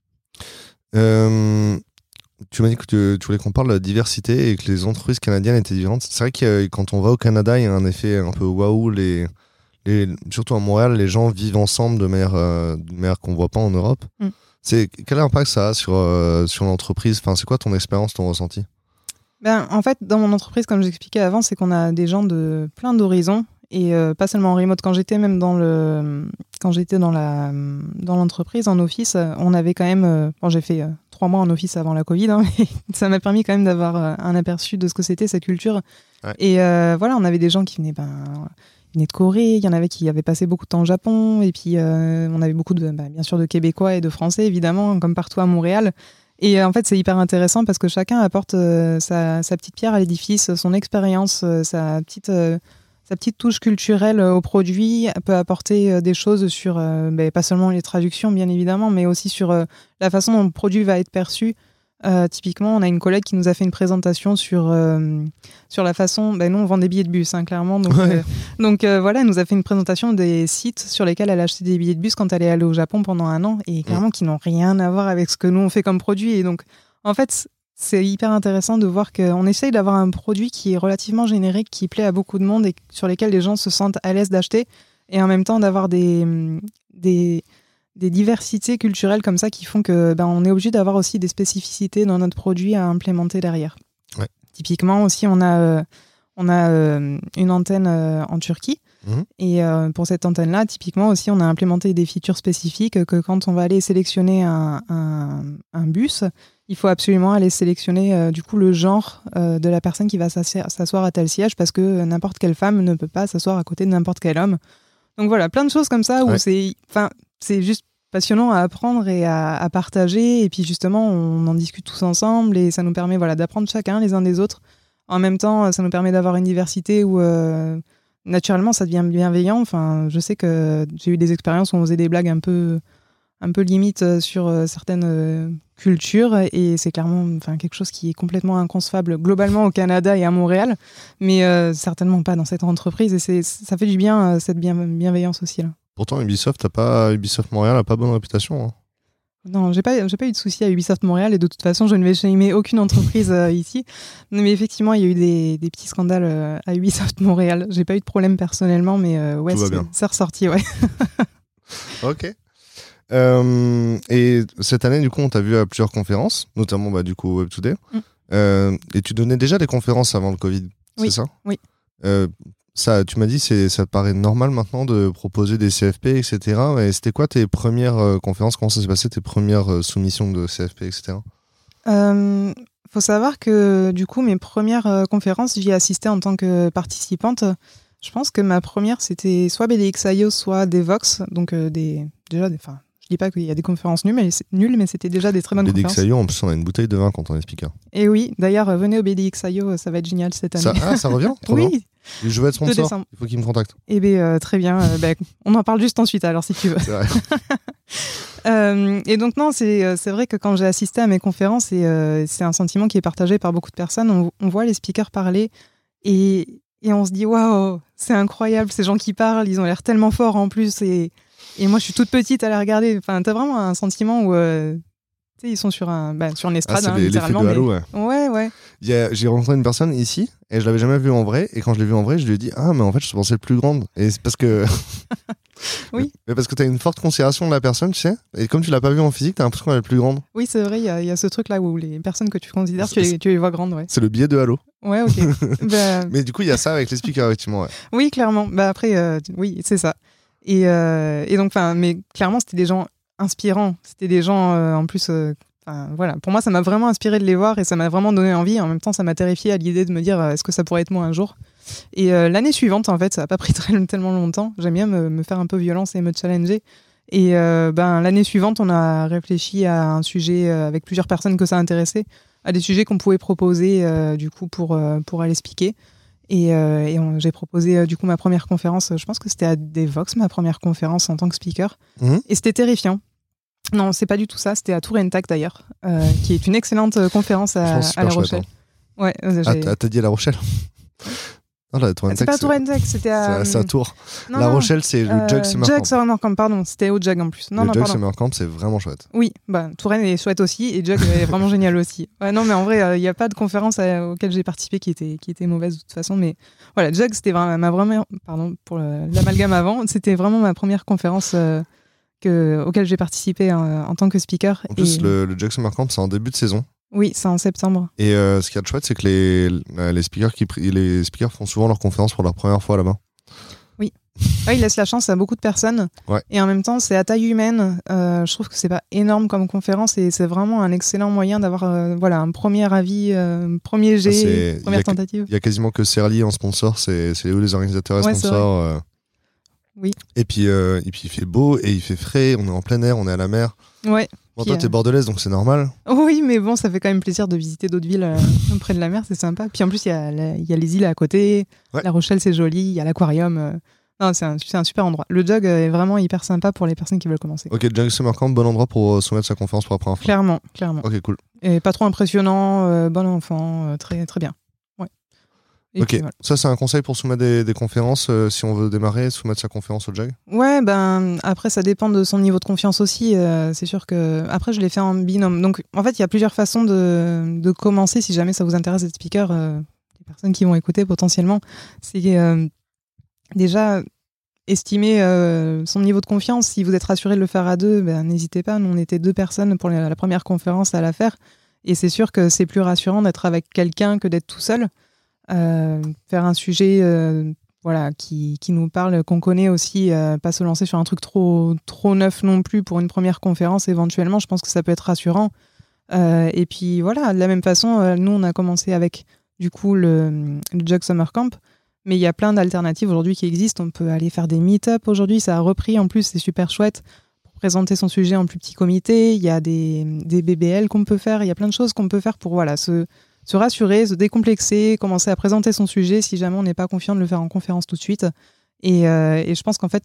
Tu m'as dit que tu voulais qu'on parle de la diversité et que les entreprises canadiennes étaient différentes. C'est vrai que quand on va au Canada, il y a un effet un peu waouh. Surtout à Montréal, les gens vivent ensemble de manière qu'on ne voit pas en Europe. Quel impact ça a sur l'entreprise? Enfin, c'est quoi ton expérience, ton ressenti? En fait, dans mon entreprise, comme j'expliquais avant, c'est qu'on a des gens de plein d'horizons et pas seulement en remote. Quand j'étais même dans quand j'étais dans l'entreprise, en office, on avait quand même... j'ai fait 3 mois en office avant la Covid, hein, mais ça m'a permis quand même d'avoir un aperçu de ce que c'était cette culture. Ouais. Et voilà, on avait des gens qui venaient de Corée, il y en avait qui avaient passé beaucoup de temps au Japon, et puis on avait beaucoup bien sûr de Québécois et de Français, évidemment, comme partout à Montréal. Et en fait, c'est hyper intéressant parce que chacun apporte sa petite pierre à l'édifice, son expérience, sa petite touche culturelle au produit, peut apporter des choses sur, pas seulement les traductions, bien évidemment, mais aussi sur la façon dont le produit va être perçu. Typiquement, on a une collègue qui nous a fait une présentation sur la façon... nous, on vend des billets de bus, hein, clairement. Donc, voilà, elle nous a fait une présentation des sites sur lesquels elle a acheté des billets de bus quand elle est allée au Japon pendant 1 an, et clairement, qui n'ont rien à voir avec ce que nous, on fait comme produit. Et donc, en fait, c'est hyper intéressant de voir qu'on essaye d'avoir un produit qui est relativement générique, qui plaît à beaucoup de monde et sur lesquels les gens se sentent à l'aise d'acheter, et en même temps d'avoir des diversités culturelles comme ça qui font que on est obligé d'avoir aussi des spécificités dans notre produit à implémenter derrière. Ouais. Typiquement aussi, on a une antenne en Turquie. Et pour cette antenne-là, typiquement aussi, on a implémenté des features spécifiques que quand on va aller sélectionner un bus, il faut absolument aller sélectionner du coup le genre de la personne qui va s'asseoir à tel siège, parce que n'importe quelle femme ne peut pas s'asseoir à côté de n'importe quel homme. Donc voilà, plein de choses comme ça où c'est juste passionnant à apprendre et à partager, et puis justement on en discute tous ensemble et ça nous permet d'apprendre chacun les uns des autres. En même temps, ça nous permet d'avoir une diversité où naturellement ça devient bienveillant. Enfin, je sais que j'ai eu des expériences où on faisait des blagues un peu limite sur certaines cultures, et c'est clairement quelque chose qui est complètement inconcevable globalement au Canada et à Montréal, mais certainement pas dans cette entreprise, et ça fait du bien, cette bienveillance aussi là. Pourtant, Ubisoft Montréal n'a pas bonne réputation. Hein. Non, j'ai pas eu de soucis à Ubisoft Montréal, et de toute façon, je ne vais shamer aucune entreprise ici. Mais effectivement, il y a eu des petits scandales à Ubisoft Montréal. J'ai pas eu de problème personnellement, mais c'est ressorti, ouais. Ok. Et cette année, du coup, on t'a vu à plusieurs conférences, notamment du coup Web Today. Et tu donnais déjà des conférences avant le Covid, c'est ça ? Oui. Ça, tu m'as dit, ça te paraît normal maintenant de proposer des CFP, etc. Et c'était quoi tes premières conférences ? Comment ça s'est passé, tes premières soumissions de CFP, etc. Faut savoir que du coup, mes premières conférences, j'y ai assisté en tant que participante. Je pense que ma première, c'était soit BDX.io, soit Devox. Donc je dis pas qu'il y a des conférences nulles, mais c'était déjà des très bonnes conférences. BDX.io, en plus, on a une bouteille de vin quand on est speaker. Et oui, d'ailleurs, venez au BDX.io, ça va être génial cette année. Ça revient ? Oui. Je veux être sponsor, il faut qu'il me contacte. Eh bien, très bien. On en parle juste ensuite, alors, si tu veux. C'est vrai. Et donc, non, c'est vrai que quand j'ai assisté à mes conférences, c'est un sentiment qui est partagé par beaucoup de personnes. On voit les speakers parler et on se dit, waouh, c'est incroyable, ces gens qui parlent, ils ont l'air tellement forts en plus. Et moi, je suis toute petite à les regarder. Enfin, t'as vraiment un sentiment où ils sont sur une estrade, c'est littéralement. L'effet de Halo, ouais. J'ai rencontré une personne ici et je l'avais jamais vue en vrai. Et quand je l'ai vue en vrai, je lui ai dit mais en fait, je pensais plus grande. Et c'est parce que. Oui. Mais parce que t'as une forte considération de la personne, tu sais. Et comme tu l'as pas vue en physique, t'as l'impression qu'elle est plus grande. Oui, c'est vrai, il y a ce truc-là où les personnes que tu considères, tu les vois grandes, ouais. C'est le biais de Halo. Ouais, ok. Mais du coup, il y a ça avec les speakers, effectivement, ouais. Oui, clairement. Après, oui, c'est ça. Et donc, mais clairement, c'était des gens inspirants. C'était des gens, en plus, voilà. Pour moi, ça m'a vraiment inspiré de les voir et ça m'a vraiment donné envie. En même temps, ça m'a terrifié à l'idée de me dire, est-ce que ça pourrait être moi un jour ? Et l'année suivante, en fait, ça n'a pas pris tellement longtemps. J'aime bien me faire un peu violence et me challenger. Et l'année suivante, on a réfléchi à un sujet avec plusieurs personnes que ça intéressait, à des sujets qu'on pouvait proposer du coup pour aller speaker. Et j'ai proposé du coup ma première conférence, je pense que c'était à Devox, ma première conférence en tant que speaker. Et c'était terrifiant. Non, c'est pas du tout ça, c'était à Tour Tac d'ailleurs, qui est une excellente conférence à La Rochelle. Ouais, t'as dit à La Rochelle? Non, là, c'est pas à Tour Tac, c'était à... C'est à Tour. La Rochelle, c'est le Jug Summer Camp. Jug Summer Camp, pardon, c'était au Jug en plus. Le Jug Summer Camp, c'est vraiment chouette. Oui, Touraine est chouette aussi, et Jug est vraiment génial aussi. Ouais, non, mais en vrai, il n'y a pas de conférence auquel j'ai participé qui était mauvaise de toute façon, mais voilà, Jug, c'était vraiment ma première... Pardon pour l'amalgame avant, c'était vraiment ma première conférence auquel j'ai participé en tant que speaker. En plus, le Jug Summer Camp, c'est en début de saison. Oui, c'est en septembre. Et ce qu'il y a de chouette, c'est que les speakers font souvent leurs conférences pour leur première fois là-bas. Oui. il laisse la chance à beaucoup de personnes. Ouais. Et en même temps, c'est à taille humaine. Je trouve que c'est pas énorme comme conférence et c'est vraiment un excellent moyen d'avoir un premier avis, premier jet, première tentative. Il y a quasiment que Serly en sponsor, c'est eux les organisateurs et sponsors. Oui. Et puis il fait beau et il fait frais, on est en plein air, on est à la mer. Ouais. Bon, toi, t'es bordelaise, donc c'est normal. Oui, mais bon, ça fait quand même plaisir de visiter d'autres villes près de la mer, c'est sympa. Puis en plus, il y a les îles à côté. Ouais. La Rochelle, c'est joli. Il y a l'aquarium. Non, c'est un super endroit. Le jug est vraiment hyper sympa pour les personnes qui veulent commencer. Ok, Jug Summer Camp, bon endroit pour soumettre sa conférence pour la première fois. Clairement. Ok, cool. Et pas trop impressionnant, bon enfant, très, très bien. Ouais. Et ok, puis, voilà. Ça c'est un conseil pour soumettre des conférences si on veut démarrer, soumettre sa conférence au Jug. Ouais, après ça dépend de son niveau de confiance aussi. C'est sûr que après je l'ai fait en binôme. Donc en fait il y a plusieurs façons de commencer si jamais ça vous intéresse d'être speaker. Les personnes qui vont écouter potentiellement, c'est déjà estimer son niveau de confiance. Si vous êtes rassuré de le faire à deux, n'hésitez pas. Nous on était 2 personnes pour la première conférence à la faire. Et c'est sûr que c'est plus rassurant d'être avec quelqu'un que d'être tout seul. Faire un sujet qui nous parle, qu'on connaît aussi, pas se lancer sur un truc trop neuf non plus pour une première conférence éventuellement, je pense que ça peut être rassurant. Et puis voilà, de la même façon, nous on a commencé avec du coup le Jug Summer Camp, mais il y a plein d'alternatives aujourd'hui qui existent. On peut aller faire des meet-up aujourd'hui, ça a repris en plus, c'est super chouette pour présenter son sujet en plus petit comité. Il y a des BBL qu'on peut faire, il y a plein de choses qu'on peut faire pour se rassurer, se décomplexer, commencer à présenter son sujet si jamais on n'est pas confiant de le faire en conférence tout de suite. Et je pense qu'en fait,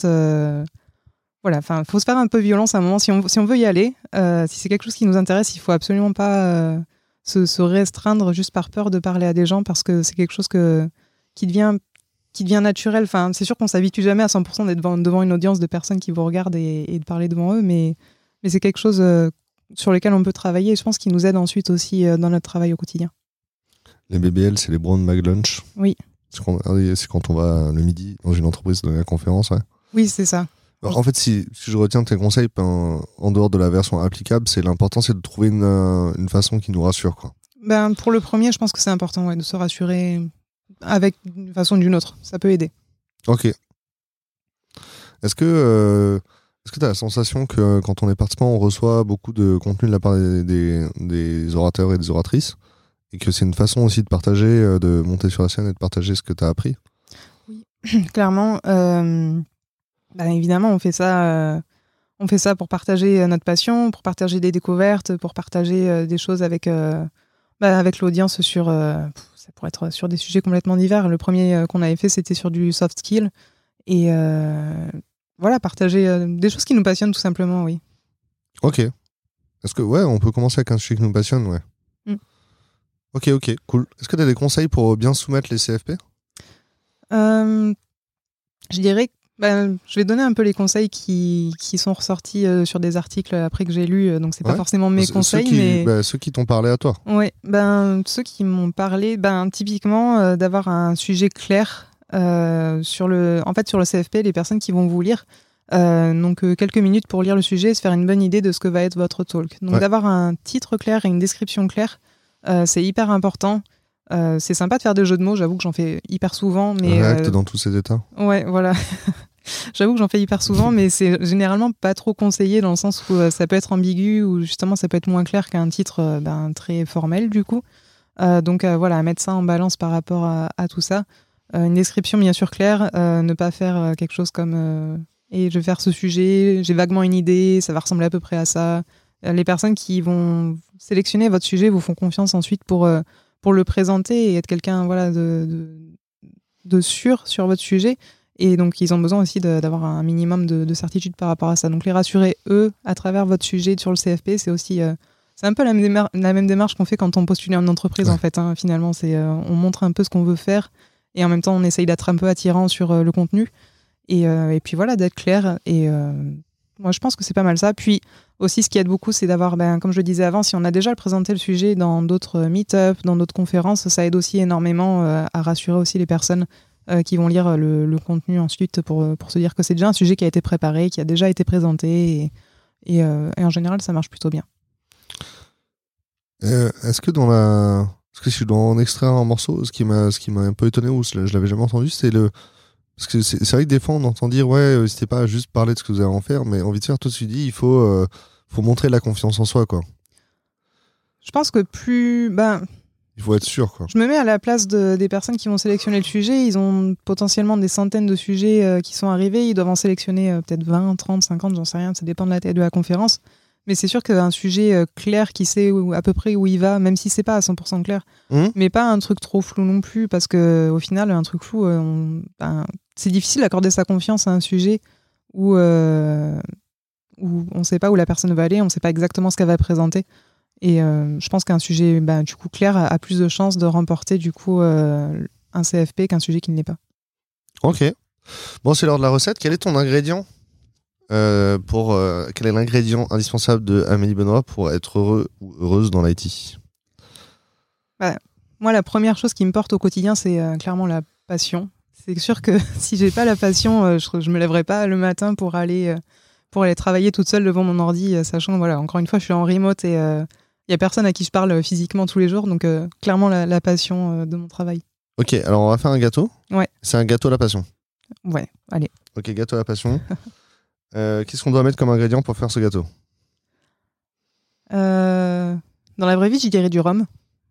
faut se faire un peu violence à un moment si on veut y aller. Si c'est quelque chose qui nous intéresse, il faut absolument pas se restreindre juste par peur de parler à des gens parce que c'est quelque chose qui devient naturel. Enfin, c'est sûr qu'on s'habitue jamais à 100% d'être devant une audience de personnes qui vous regardent et de parler devant eux, mais c'est quelque chose sur lequel on peut travailler et je pense qu'il nous aide ensuite aussi dans notre travail au quotidien. Les BBL, c'est les Brown Mag Lunch. Oui. C'est quand on va le midi dans une entreprise donner la conférence, ouais. Oui, c'est ça. Alors, en fait, si je retiens tes conseils, en dehors de la version applicable, l'important, c'est de trouver une façon qui nous rassure, quoi. Pour le premier, je pense que c'est important de se rassurer avec une façon ou d'une autre. Ça peut aider. Ok. Est-ce que tu as la sensation que quand on est participant, on reçoit beaucoup de contenu de la part des orateurs et des oratrices et que c'est une façon aussi de partager, de monter sur la scène et de partager ce que tu as appris? Oui, clairement. Évidemment, on fait ça pour partager notre passion, pour partager des découvertes, pour partager des choses avec l'audience sur... ça pourrait être sur des sujets complètement divers. Le premier qu'on avait fait, c'était sur du soft skill. Et partager des choses qui nous passionnent tout simplement, oui. Ok. Est-ce que, on peut commencer avec un sujet qui nous passionne, ouais. Ok, cool. Est-ce que tu as des conseils pour bien soumettre les CFP? Je dirais je vais donner un peu les conseils qui sont ressortis sur des articles après que j'ai lus, donc c'est pas forcément mes conseils, mais ceux qui t'ont parlé à toi. Ouais, ceux qui m'ont parlé, typiquement d'avoir un sujet clair sur le CFP, les personnes qui vont vous lire, donc quelques minutes pour lire le sujet et se faire une bonne idée de ce que va être votre talk. Donc d'avoir un titre clair et une description claire, c'est hyper important. C'est sympa de faire des jeux de mots, j'avoue que j'en fais hyper souvent. Mais React dans tous ses états. Ouais, voilà. J'avoue que j'en fais hyper souvent, mais c'est généralement pas trop conseillé dans le sens où ça peut être ambigu ou justement ça peut être moins clair qu'un titre très formel du coup. Donc mettre ça en balance par rapport à tout ça. Une description bien sûr claire, ne pas faire quelque chose comme et je vais faire ce sujet, j'ai vaguement une idée, ça va ressembler à peu près à ça. Les personnes qui vont sélectionner votre sujet vous font confiance ensuite pour le présenter et être quelqu'un de sûr sur votre sujet. Et donc, ils ont besoin aussi d'avoir un minimum de certitude par rapport à ça. Donc, les rassurer, eux, à travers votre sujet sur le CFP, c'est aussi... c'est un peu la même démarche qu'on fait quand on postule à une entreprise, en fait. Finalement, on montre un peu ce qu'on veut faire et en même temps, on essaye d'être un peu attirant sur le contenu. Et puis voilà, d'être clair. Et moi, je pense que c'est pas mal ça. Puis aussi, ce qui aide beaucoup, c'est d'avoir, comme je le disais avant, si on a déjà présenté le sujet dans d'autres meet-up, dans d'autres conférences, ça aide aussi énormément à rassurer aussi les personnes qui vont lire le contenu ensuite pour se dire que c'est déjà un sujet qui a été préparé, qui a déjà été présenté. Et en général, ça marche plutôt bien. Est-ce que si je dois en extraire un morceau, ce qui m'a un peu étonné, ou je l'avais jamais entendu, c'est Parce que c'est vrai que des fois, on entend dire, ouais, n'hésitez pas à juste parler de ce que vous avez à en faire, mais envie de faire, toi, tu dis, il faut montrer la confiance en soi, quoi. Je pense que Il faut être sûr, quoi. je me mets à la place des personnes qui vont sélectionner le sujet. Ils ont potentiellement des centaines de sujets qui sont arrivés. Ils doivent en sélectionner peut-être 20, 30, 50, j'en sais rien. Ça dépend de la taille de la conférence. Mais c'est sûr qu'un sujet clair qui sait à peu près où il va, même si c'est pas à 100% clair, mais pas un truc trop flou non plus, parce que au final, un truc flou, c'est difficile d'accorder sa confiance à un sujet où on ne sait pas où la personne va aller, on ne sait pas exactement ce qu'elle va présenter. Et je pense qu'un sujet du coup clair a plus de chances de remporter du coup un CFP qu'un sujet qui ne l'est pas. Ok. Bon, c'est l'heure de la recette. Quel est ton ingrédient quel est l'ingrédient indispensable de Amélie Benoît pour être heureux ou heureuse dans l'IT? Moi, la première chose qui me porte au quotidien, c'est clairement la passion. C'est sûr que si j'ai pas la passion, je me lèverai pas le matin pour aller travailler toute seule devant mon ordi, sachant, voilà, encore une fois, je suis en remote et il y a personne à qui je parle physiquement tous les jours, donc clairement la passion de mon travail. Ok, alors on va faire un gâteau. Ouais. C'est un gâteau à la passion. Ouais, allez. Ok, gâteau à la passion. Qu'est-ce qu'on doit mettre comme ingrédient pour faire ce gâteau? Dans la vraie vie, j'y dirais du rhum.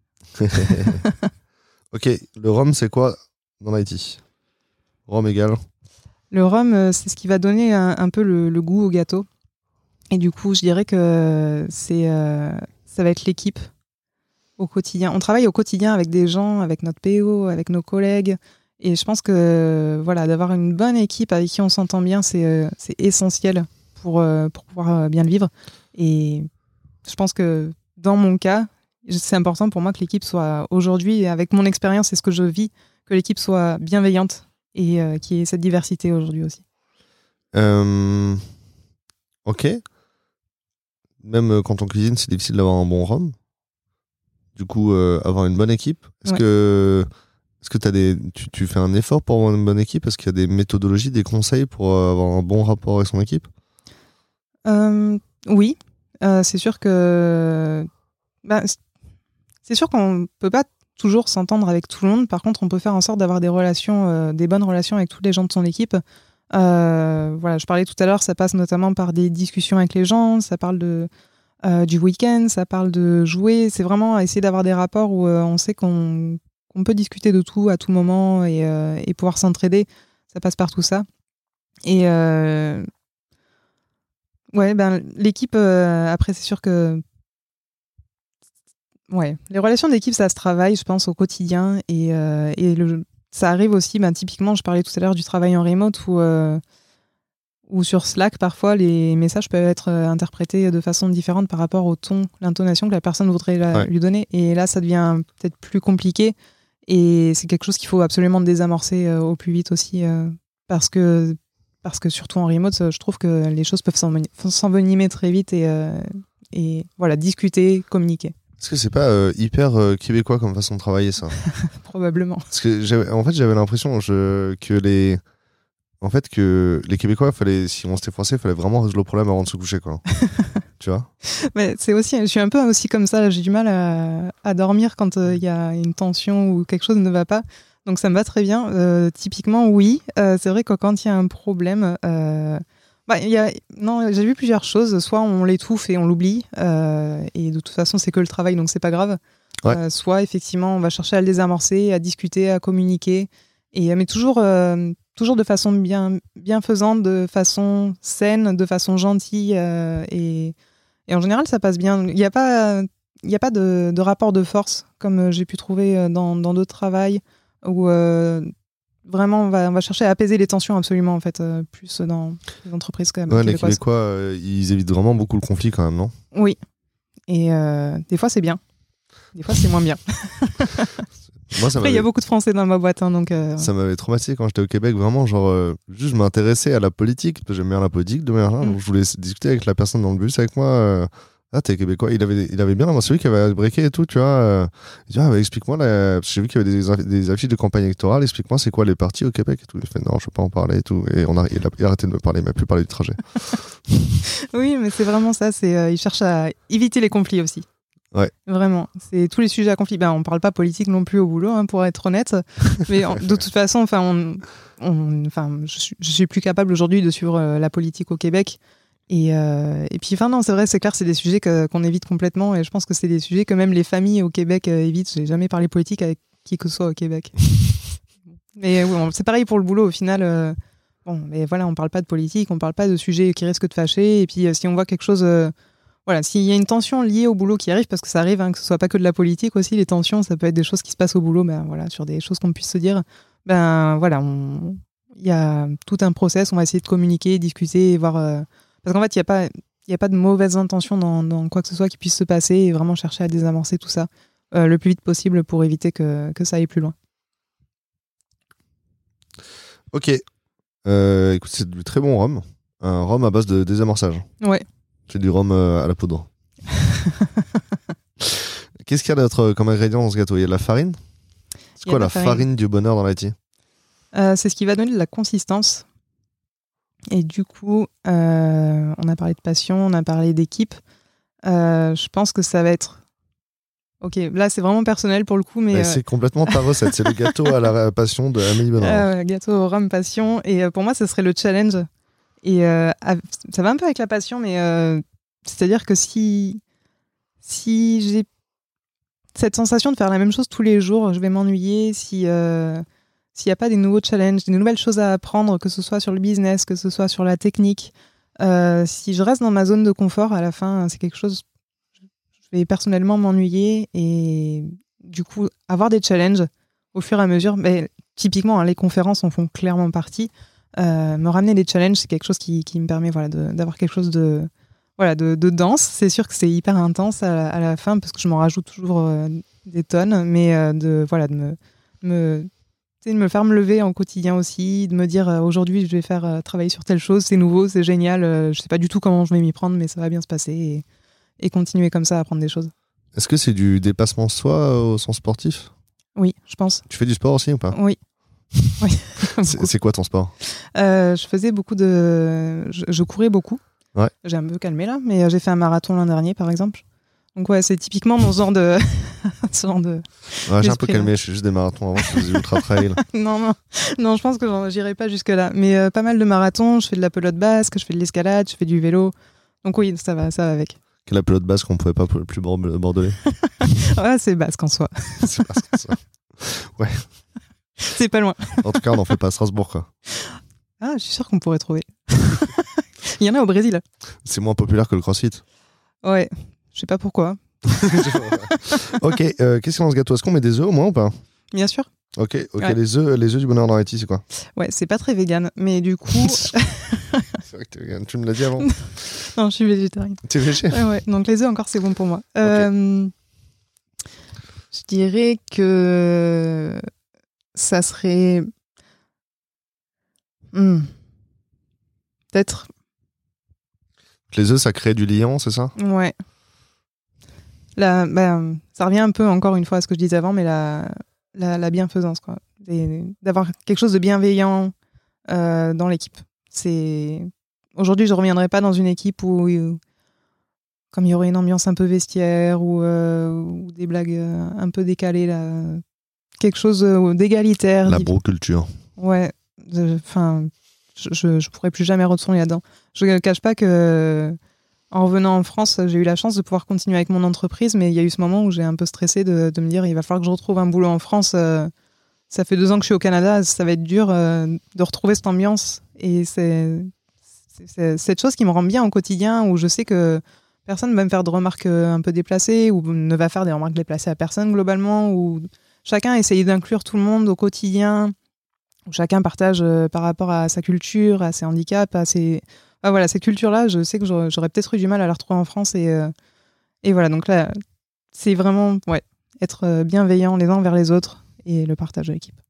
Ok, le rhum, c'est quoi dans l'IT? Rhum égale? Le rhum, c'est ce qui va donner un peu le goût au gâteau. Et du coup, je dirais que ça va être l'équipe au quotidien. On travaille au quotidien avec des gens, avec notre PO, avec nos collègues. Et je pense que voilà, d'avoir une bonne équipe avec qui on s'entend bien, c'est essentiel pour pouvoir bien le vivre. Et je pense que dans mon cas, c'est important pour moi que l'équipe soit aujourd'hui, avec mon expérience et ce que je vis, que l'équipe soit bienveillante et qu'il y ait cette diversité aujourd'hui aussi. Ok. Même quand on cuisine, c'est difficile d'avoir un bon rhum. Du coup, avoir une bonne équipe. Est-ce que tu fais un effort pour avoir une bonne équipe? Est-ce qu'il y a des méthodologies, des conseils pour avoir un bon rapport avec son équipe? Oui, c'est sûr que c'est sûr qu'on peut pas toujours s'entendre avec tout le monde. Par contre, on peut faire en sorte d'avoir des relations, des bonnes relations avec tous les gens de son équipe. Voilà, je parlais tout à l'heure, ça passe notamment par des discussions avec les gens, ça parle du week-end, ça parle de jouer. C'est vraiment essayer d'avoir des rapports où on sait qu'on peut discuter de tout à tout moment et pouvoir s'entraider. Ça passe par tout ça. Et l'équipe, après, c'est sûr que les relations d'équipe, ça se travaille, je pense, au quotidien. Et ça arrive aussi, typiquement, je parlais tout à l'heure du travail en remote où sur Slack, parfois, les messages peuvent être interprétés de façon différente par rapport au ton, l'intonation que la personne voudrait lui donner. Et là, ça devient peut-être plus compliqué. Et c'est quelque chose qu'il faut absolument désamorcer au plus vite aussi. Parce que surtout en remote, je trouve que les choses peuvent s'envenimer très vite et voilà, discuter, communiquer. Est-ce que c'est pas hyper québécois comme façon de travailler, ça? Probablement. Parce que j'avais l'impression que les Québécois, si on s'était français, il fallait vraiment résoudre le problème avant de se coucher, quoi. Tu vois? Mais je suis un peu aussi comme ça, là, j'ai du mal à dormir quand il y a une tension ou quelque chose ne va pas. Donc ça me va très bien. Typiquement, oui. C'est vrai que quand il y a un problème, j'ai vu plusieurs choses. Soit on l'étouffe et on l'oublie, et de toute façon c'est que le travail, donc c'est pas grave. Ouais. Soit effectivement on va chercher à le désamorcer, à discuter, à communiquer, mais toujours de façon bienfaisante, de façon saine, de façon gentille, et en général ça passe bien. Il n'y a pas de rapport de force comme j'ai pu trouver dans d'autres travails où vraiment on va chercher à apaiser les tensions absolument, en fait, plus dans les entreprises quand même. Ouais, les Québécois, ils évitent vraiment beaucoup le conflit quand même, non? Oui, et des fois c'est bien, des fois c'est moins bien. Moi, après il y a beaucoup de Français dans ma boîte, donc ça m'avait traumatisé quand j'étais au Québec, vraiment, genre juste je m'intéressais à la politique, parce que j'aime bien la politique de manière, donc je voulais discuter avec la personne dans le bus avec moi. Ah, t'es québécois. Il avait bien, celui qui avait breaké et tout, tu vois. Il dit, explique-moi, parce que j'ai vu qu'il y avait des affiches de campagne électorale, explique-moi c'est quoi les partis au Québec et tout. Il fait, non, je peux pas en parler et tout. Et il a arrêté de me parler, il m'a plus parlé du trajet. Oui, mais c'est vraiment ça, il cherche à éviter les conflits aussi. Ouais. Vraiment. C'est tous les sujets à conflit. On parle pas politique non plus au boulot, hein, pour être honnête. Mais de toute façon, je suis plus capable aujourd'hui de suivre la politique au Québec. Et puis, non, c'est vrai, c'est clair, c'est des sujets qu'on évite complètement. Et je pense que c'est des sujets que même les familles au Québec évitent. J'ai jamais parlé politique avec qui que ce soit au Québec. Mais c'est pareil pour le boulot, au final. Mais voilà, on parle pas de politique, on parle pas de sujets qui risquent de fâcher. Et puis, si on voit quelque chose... voilà, s'il y a une tension liée au boulot qui arrive, parce que ça arrive, hein, que ce soit pas que de la politique aussi, les tensions, ça peut être des choses qui se passent au boulot, voilà, sur des choses qu'on puisse se dire. Voilà, il y a tout un process, on va essayer de communiquer, discuter, et voir... Parce qu'en fait, il y a pas de mauvaises intentions dans quoi que ce soit qui puisse se passer, et vraiment chercher à désamorcer tout ça le plus vite possible pour éviter que ça aille plus loin. Ok. Écoute, c'est du très bon rhum. Un rhum à base de désamorçage. Ouais. C'est du rhum à la poudre. Qu'est-ce qu'il y a d'autre comme ingrédient dans ce gâteau ? Il y a de la farine ? C'est quoi la farine du bonheur dans l'IT ? C'est ce qui va donner de la consistance. Et du coup, on a parlé de passion, on a parlé d'équipe. Je pense que ça va être... Ok, là c'est vraiment personnel pour le coup, mais... C'est complètement ta recette, c'est le gâteau à la passion de Amélie Bonheur. Gâteau au rhum passion, et pour moi ce serait le challenge. Et ça va un peu avec la passion, mais c'est-à-dire que si j'ai cette sensation de faire la même chose tous les jours, je vais m'ennuyer. S'il n'y a pas des nouveaux challenges, des nouvelles choses à apprendre, que ce soit sur le business, que ce soit sur la technique, si je reste dans ma zone de confort, à la fin, c'est quelque chose... Je vais personnellement m'ennuyer, et du coup, avoir des challenges au fur et à mesure. Mais, typiquement, hein, les conférences en font clairement partie. Me ramener des challenges, c'est quelque chose qui me permet d'avoir quelque chose de dense. C'est sûr que c'est hyper intense à la fin, parce que je m'en rajoute toujours des tonnes, mais de me faire me lever en quotidien aussi, de me dire aujourd'hui je vais faire travailler sur telle chose, c'est nouveau, c'est génial, je sais pas du tout comment je vais m'y prendre, mais ça va bien se passer, et continuer comme ça à apprendre des choses. Est-ce que c'est du dépassement de soi au sens sportif ? Oui, je pense. Tu fais du sport aussi ou pas ? Oui. Oui. C'est quoi ton sport ? Je faisais beaucoup je courais beaucoup. Ouais. J'ai un peu calmé là, mais j'ai fait un marathon l'an dernier par exemple. Donc ouais, c'est typiquement mon genre de... Ouais, j'ai un peu calmé, je fais juste des marathons avant, je faisais ultra trail. non, je pense que j'irai pas jusque là. Mais pas mal de marathons, je fais de la pelote basque, je fais de l'escalade, je fais du vélo. Donc oui, ça va avec. Quelle la pelote basque qu'on pouvait pas plus bordelais. Ouais, c'est basque en soi. C'est basque en soi. Ouais. C'est pas loin. En tout cas, on n'en fait pas à Strasbourg, quoi. Ah, je suis sûr qu'on pourrait trouver. Il y en a au Brésil. C'est moins populaire que le crossfit. Ouais, je sais pas pourquoi. Ok, qu'est-ce qu'il y a dans ce gâteau ? Est-ce qu'on met des œufs au moins ou pas ? Bien sûr. Ok, ouais. Les œufs du bonheur dans l'IT, c'est quoi ? Ouais, c'est pas très vegan, mais du coup... C'est vrai que t'es vegan, tu me l'as dit avant. Non, je suis végétarienne. T'es végé ? Ouais, donc les œufs encore c'est bon pour moi. Okay. Je dirais que ça serait... Peut-être... Les œufs, ça crée du liant, c'est ça ? Ouais. Ça revient un peu, encore une fois, à ce que je disais avant, mais la bienfaisance, quoi. D'avoir quelque chose de bienveillant dans l'équipe. Aujourd'hui, je ne reviendrai pas dans une équipe où comme il y aurait une ambiance un peu vestiaire ou des blagues un peu décalées, là. Quelque chose d'égalitaire. La broculture. Ouais. Je pourrais plus jamais retourner là-dedans. Je ne cache pas que en revenant en France, j'ai eu la chance de pouvoir continuer avec mon entreprise, mais il y a eu ce moment où j'ai un peu stressé de me dire il va falloir que je retrouve un boulot en France. Ça fait 2 ans que je suis au Canada, ça va être dur de retrouver cette ambiance. Et c'est cette chose qui me rend bien au quotidien, où je sais que personne ne va me faire de remarques un peu déplacées, ou ne va faire des remarques déplacées à personne globalement, où chacun essaye d'inclure tout le monde au quotidien, où chacun partage par rapport à sa culture, à ses handicaps, à ses... voilà, cette culture-là, je sais que j'aurais peut-être eu du mal à la retrouver en France. Et voilà, donc là, c'est vraiment être bienveillant les uns envers les autres et le partage de l'équipe.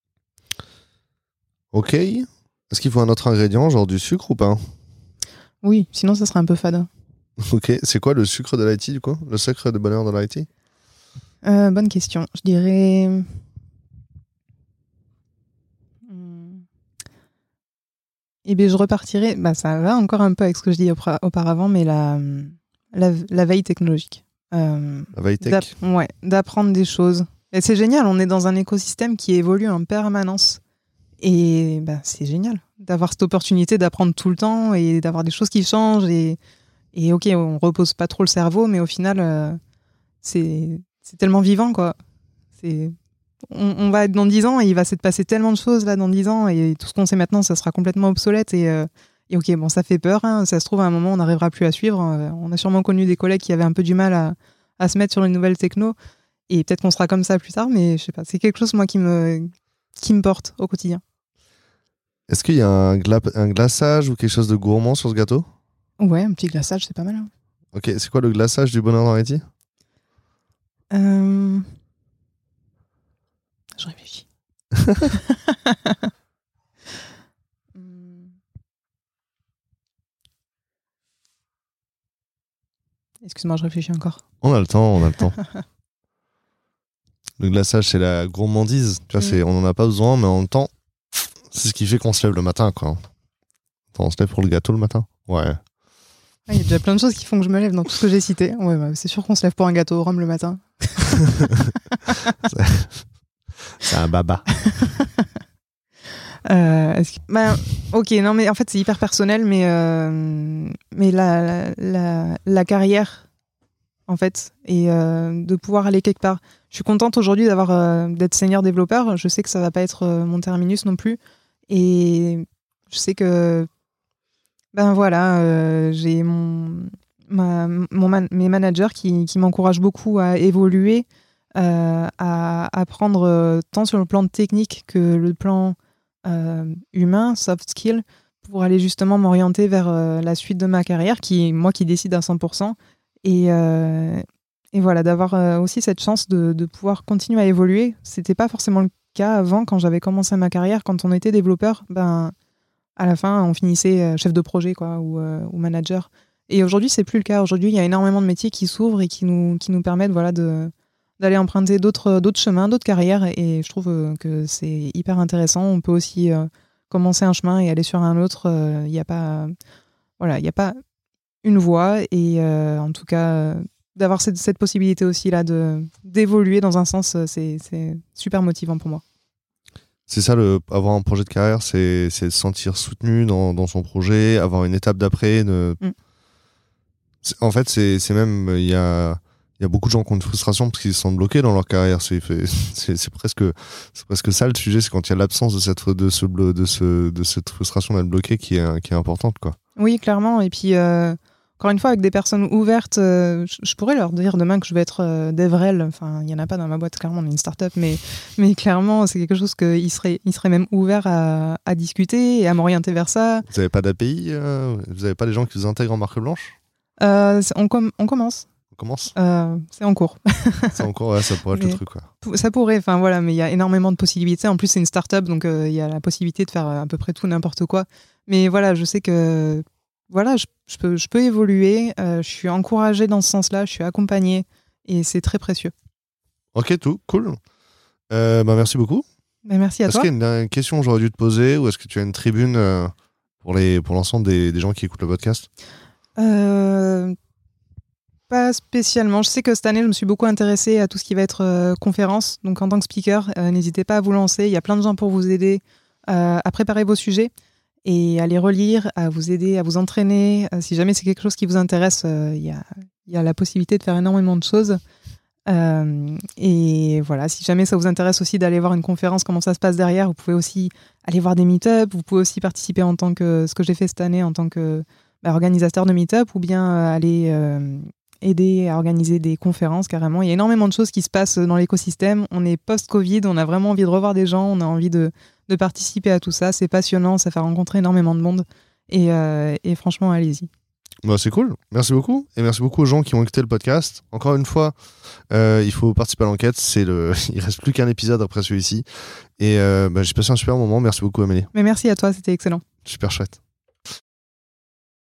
Ok. Est-ce qu'il faut un autre ingrédient, genre du sucre ou pas ? Oui, sinon ça serait un peu fade. Ok. C'est quoi le sucre de l'IT, du coup ? Le sucre de bonheur de l'IT ? Bonne question. Je dirais... Eh bien, je repartirais, ça va encore un peu avec ce que je dis auparavant, mais la veille technologique. La veille tech. D'apprendre des choses. Et c'est génial, on est dans un écosystème qui évolue en permanence. Et c'est génial d'avoir cette opportunité d'apprendre tout le temps et d'avoir des choses qui changent. Et ok, on repose pas trop le cerveau, mais au final, c'est tellement vivant, quoi. On va être dans 10 ans et il va se passer tellement de choses là dans 10 ans et tout ce qu'on sait maintenant, ça sera complètement obsolète. Et ok, bon, ça fait peur. Hein. Ça se trouve, à un moment, on n'arrivera plus à suivre. On a sûrement connu des collègues qui avaient un peu du mal à se mettre sur une nouvelle techno. Et peut-être qu'on sera comme ça plus tard, mais je sais pas. C'est quelque chose, moi, qui me porte au quotidien. Est-ce qu'il y a un glaçage ou quelque chose de gourmand sur ce gâteau ? Ouais, un petit glaçage, c'est pas mal. Hein. Ok, c'est quoi le glaçage du bonheur d'Harity ? Je réfléchis. Excuse-moi, je réfléchis encore. On a le temps. Le glaçage, c'est la gourmandise. Tu vois, on n'en a pas besoin, mais en même temps, c'est ce qui fait qu'on se lève le matin, quoi. Attends, on se lève pour le gâteau le matin ? Ouais. Il y a déjà plein de choses qui font que je me lève dans tout ce que j'ai cité. Ouais, c'est sûr qu'on se lève pour un gâteau au rhum le matin. C'est un baba. Ok, non, mais en fait, c'est hyper personnel, mais la carrière, en fait, et de pouvoir aller quelque part. Je suis contente aujourd'hui d'être senior développeur. Je sais que ça va pas être mon terminus non plus. Et je sais que j'ai mes managers qui m'encouragent beaucoup à évoluer, à apprendre tant sur le plan technique que le plan humain, soft skill, pour aller justement m'orienter vers la suite de ma carrière, qui décide à 100%. Et voilà, d'avoir aussi cette chance de pouvoir continuer à évoluer. C'était pas forcément le cas avant, quand j'avais commencé ma carrière. Quand on était développeur, à la fin, on finissait chef de projet, quoi, ou manager. Et aujourd'hui, c'est plus le cas. Aujourd'hui, il y a énormément de métiers qui s'ouvrent et qui nous permettent, voilà, d'aller emprunter d'autres chemins, d'autres carrières. Et je trouve que c'est hyper intéressant. On peut aussi commencer un chemin et aller sur un autre. Il n'y a pas une voie. Et en tout cas, d'avoir cette possibilité aussi là d'évoluer dans un sens, c'est super motivant pour moi. C'est ça, avoir un projet de carrière, c'est se sentir soutenu dans son projet, avoir une étape d'après. En fait, c'est même, il y a beaucoup de gens qui ont une frustration parce qu'ils se sentent bloqués dans leur carrière. C'est presque ça le sujet, c'est quand il y a l'absence de cette frustration d'être bloqué qui est importante, quoi. Oui, clairement. Et puis, encore une fois, avec des personnes ouvertes, je pourrais leur dire demain que je vais être DevRel. Enfin, il n'y en a pas dans ma boîte, clairement, on est une start-up, mais clairement, c'est quelque chose qu'ils seraient même ouverts à discuter et à m'orienter vers ça. Vous n'avez pas d'API Vous n'avez pas des gens qui vous intègrent en marque blanche On commence. On commence C'est en cours. C'est en cours, ouais, ça pourrait être le truc, quoi. Ça pourrait, enfin voilà, mais il y a énormément de possibilités. En plus, c'est une start-up, donc il y a la possibilité de faire à peu près tout, n'importe quoi. Mais voilà, je sais que voilà, je peux évoluer. Je suis encouragée dans ce sens-là, je suis accompagnée et c'est très précieux. Ok, cool. Merci beaucoup. Merci à toi. Est-ce qu'il y a une question que j'aurais dû te poser ou est-ce que tu as une tribune pour l'ensemble des gens qui écoutent le podcast ? Pas spécialement. Je sais que cette année, je me suis beaucoup intéressée à tout ce qui va être conférence. Donc en tant que speaker, n'hésitez pas à vous lancer. Il y a plein de gens pour vous aider à préparer vos sujets et à les relire, à vous aider, à vous entraîner. Si jamais c'est quelque chose qui vous intéresse, il y a la possibilité de faire énormément de choses. Et voilà, si jamais ça vous intéresse aussi d'aller voir une conférence, comment ça se passe derrière, vous pouvez aussi aller voir des meet-up, vous pouvez aussi participer en tant que ce que j'ai fait cette année en tant que organisateur de meet-up, ou bien aller aider à organiser des conférences carrément. Il y a énormément de choses qui se passent dans l'écosystème. On est post-Covid, on a vraiment envie de revoir des gens, on a envie de participer à tout ça. C'est passionnant, ça fait rencontrer énormément de monde. Et franchement, allez-y. C'est cool, merci beaucoup. Et merci beaucoup aux gens qui ont écouté le podcast. Encore une fois, il faut participer à l'enquête. Il reste plus qu'un épisode après celui-ci. Et j'ai passé un super moment. Merci beaucoup, Amélie. Mais merci à toi, c'était excellent. Super chouette.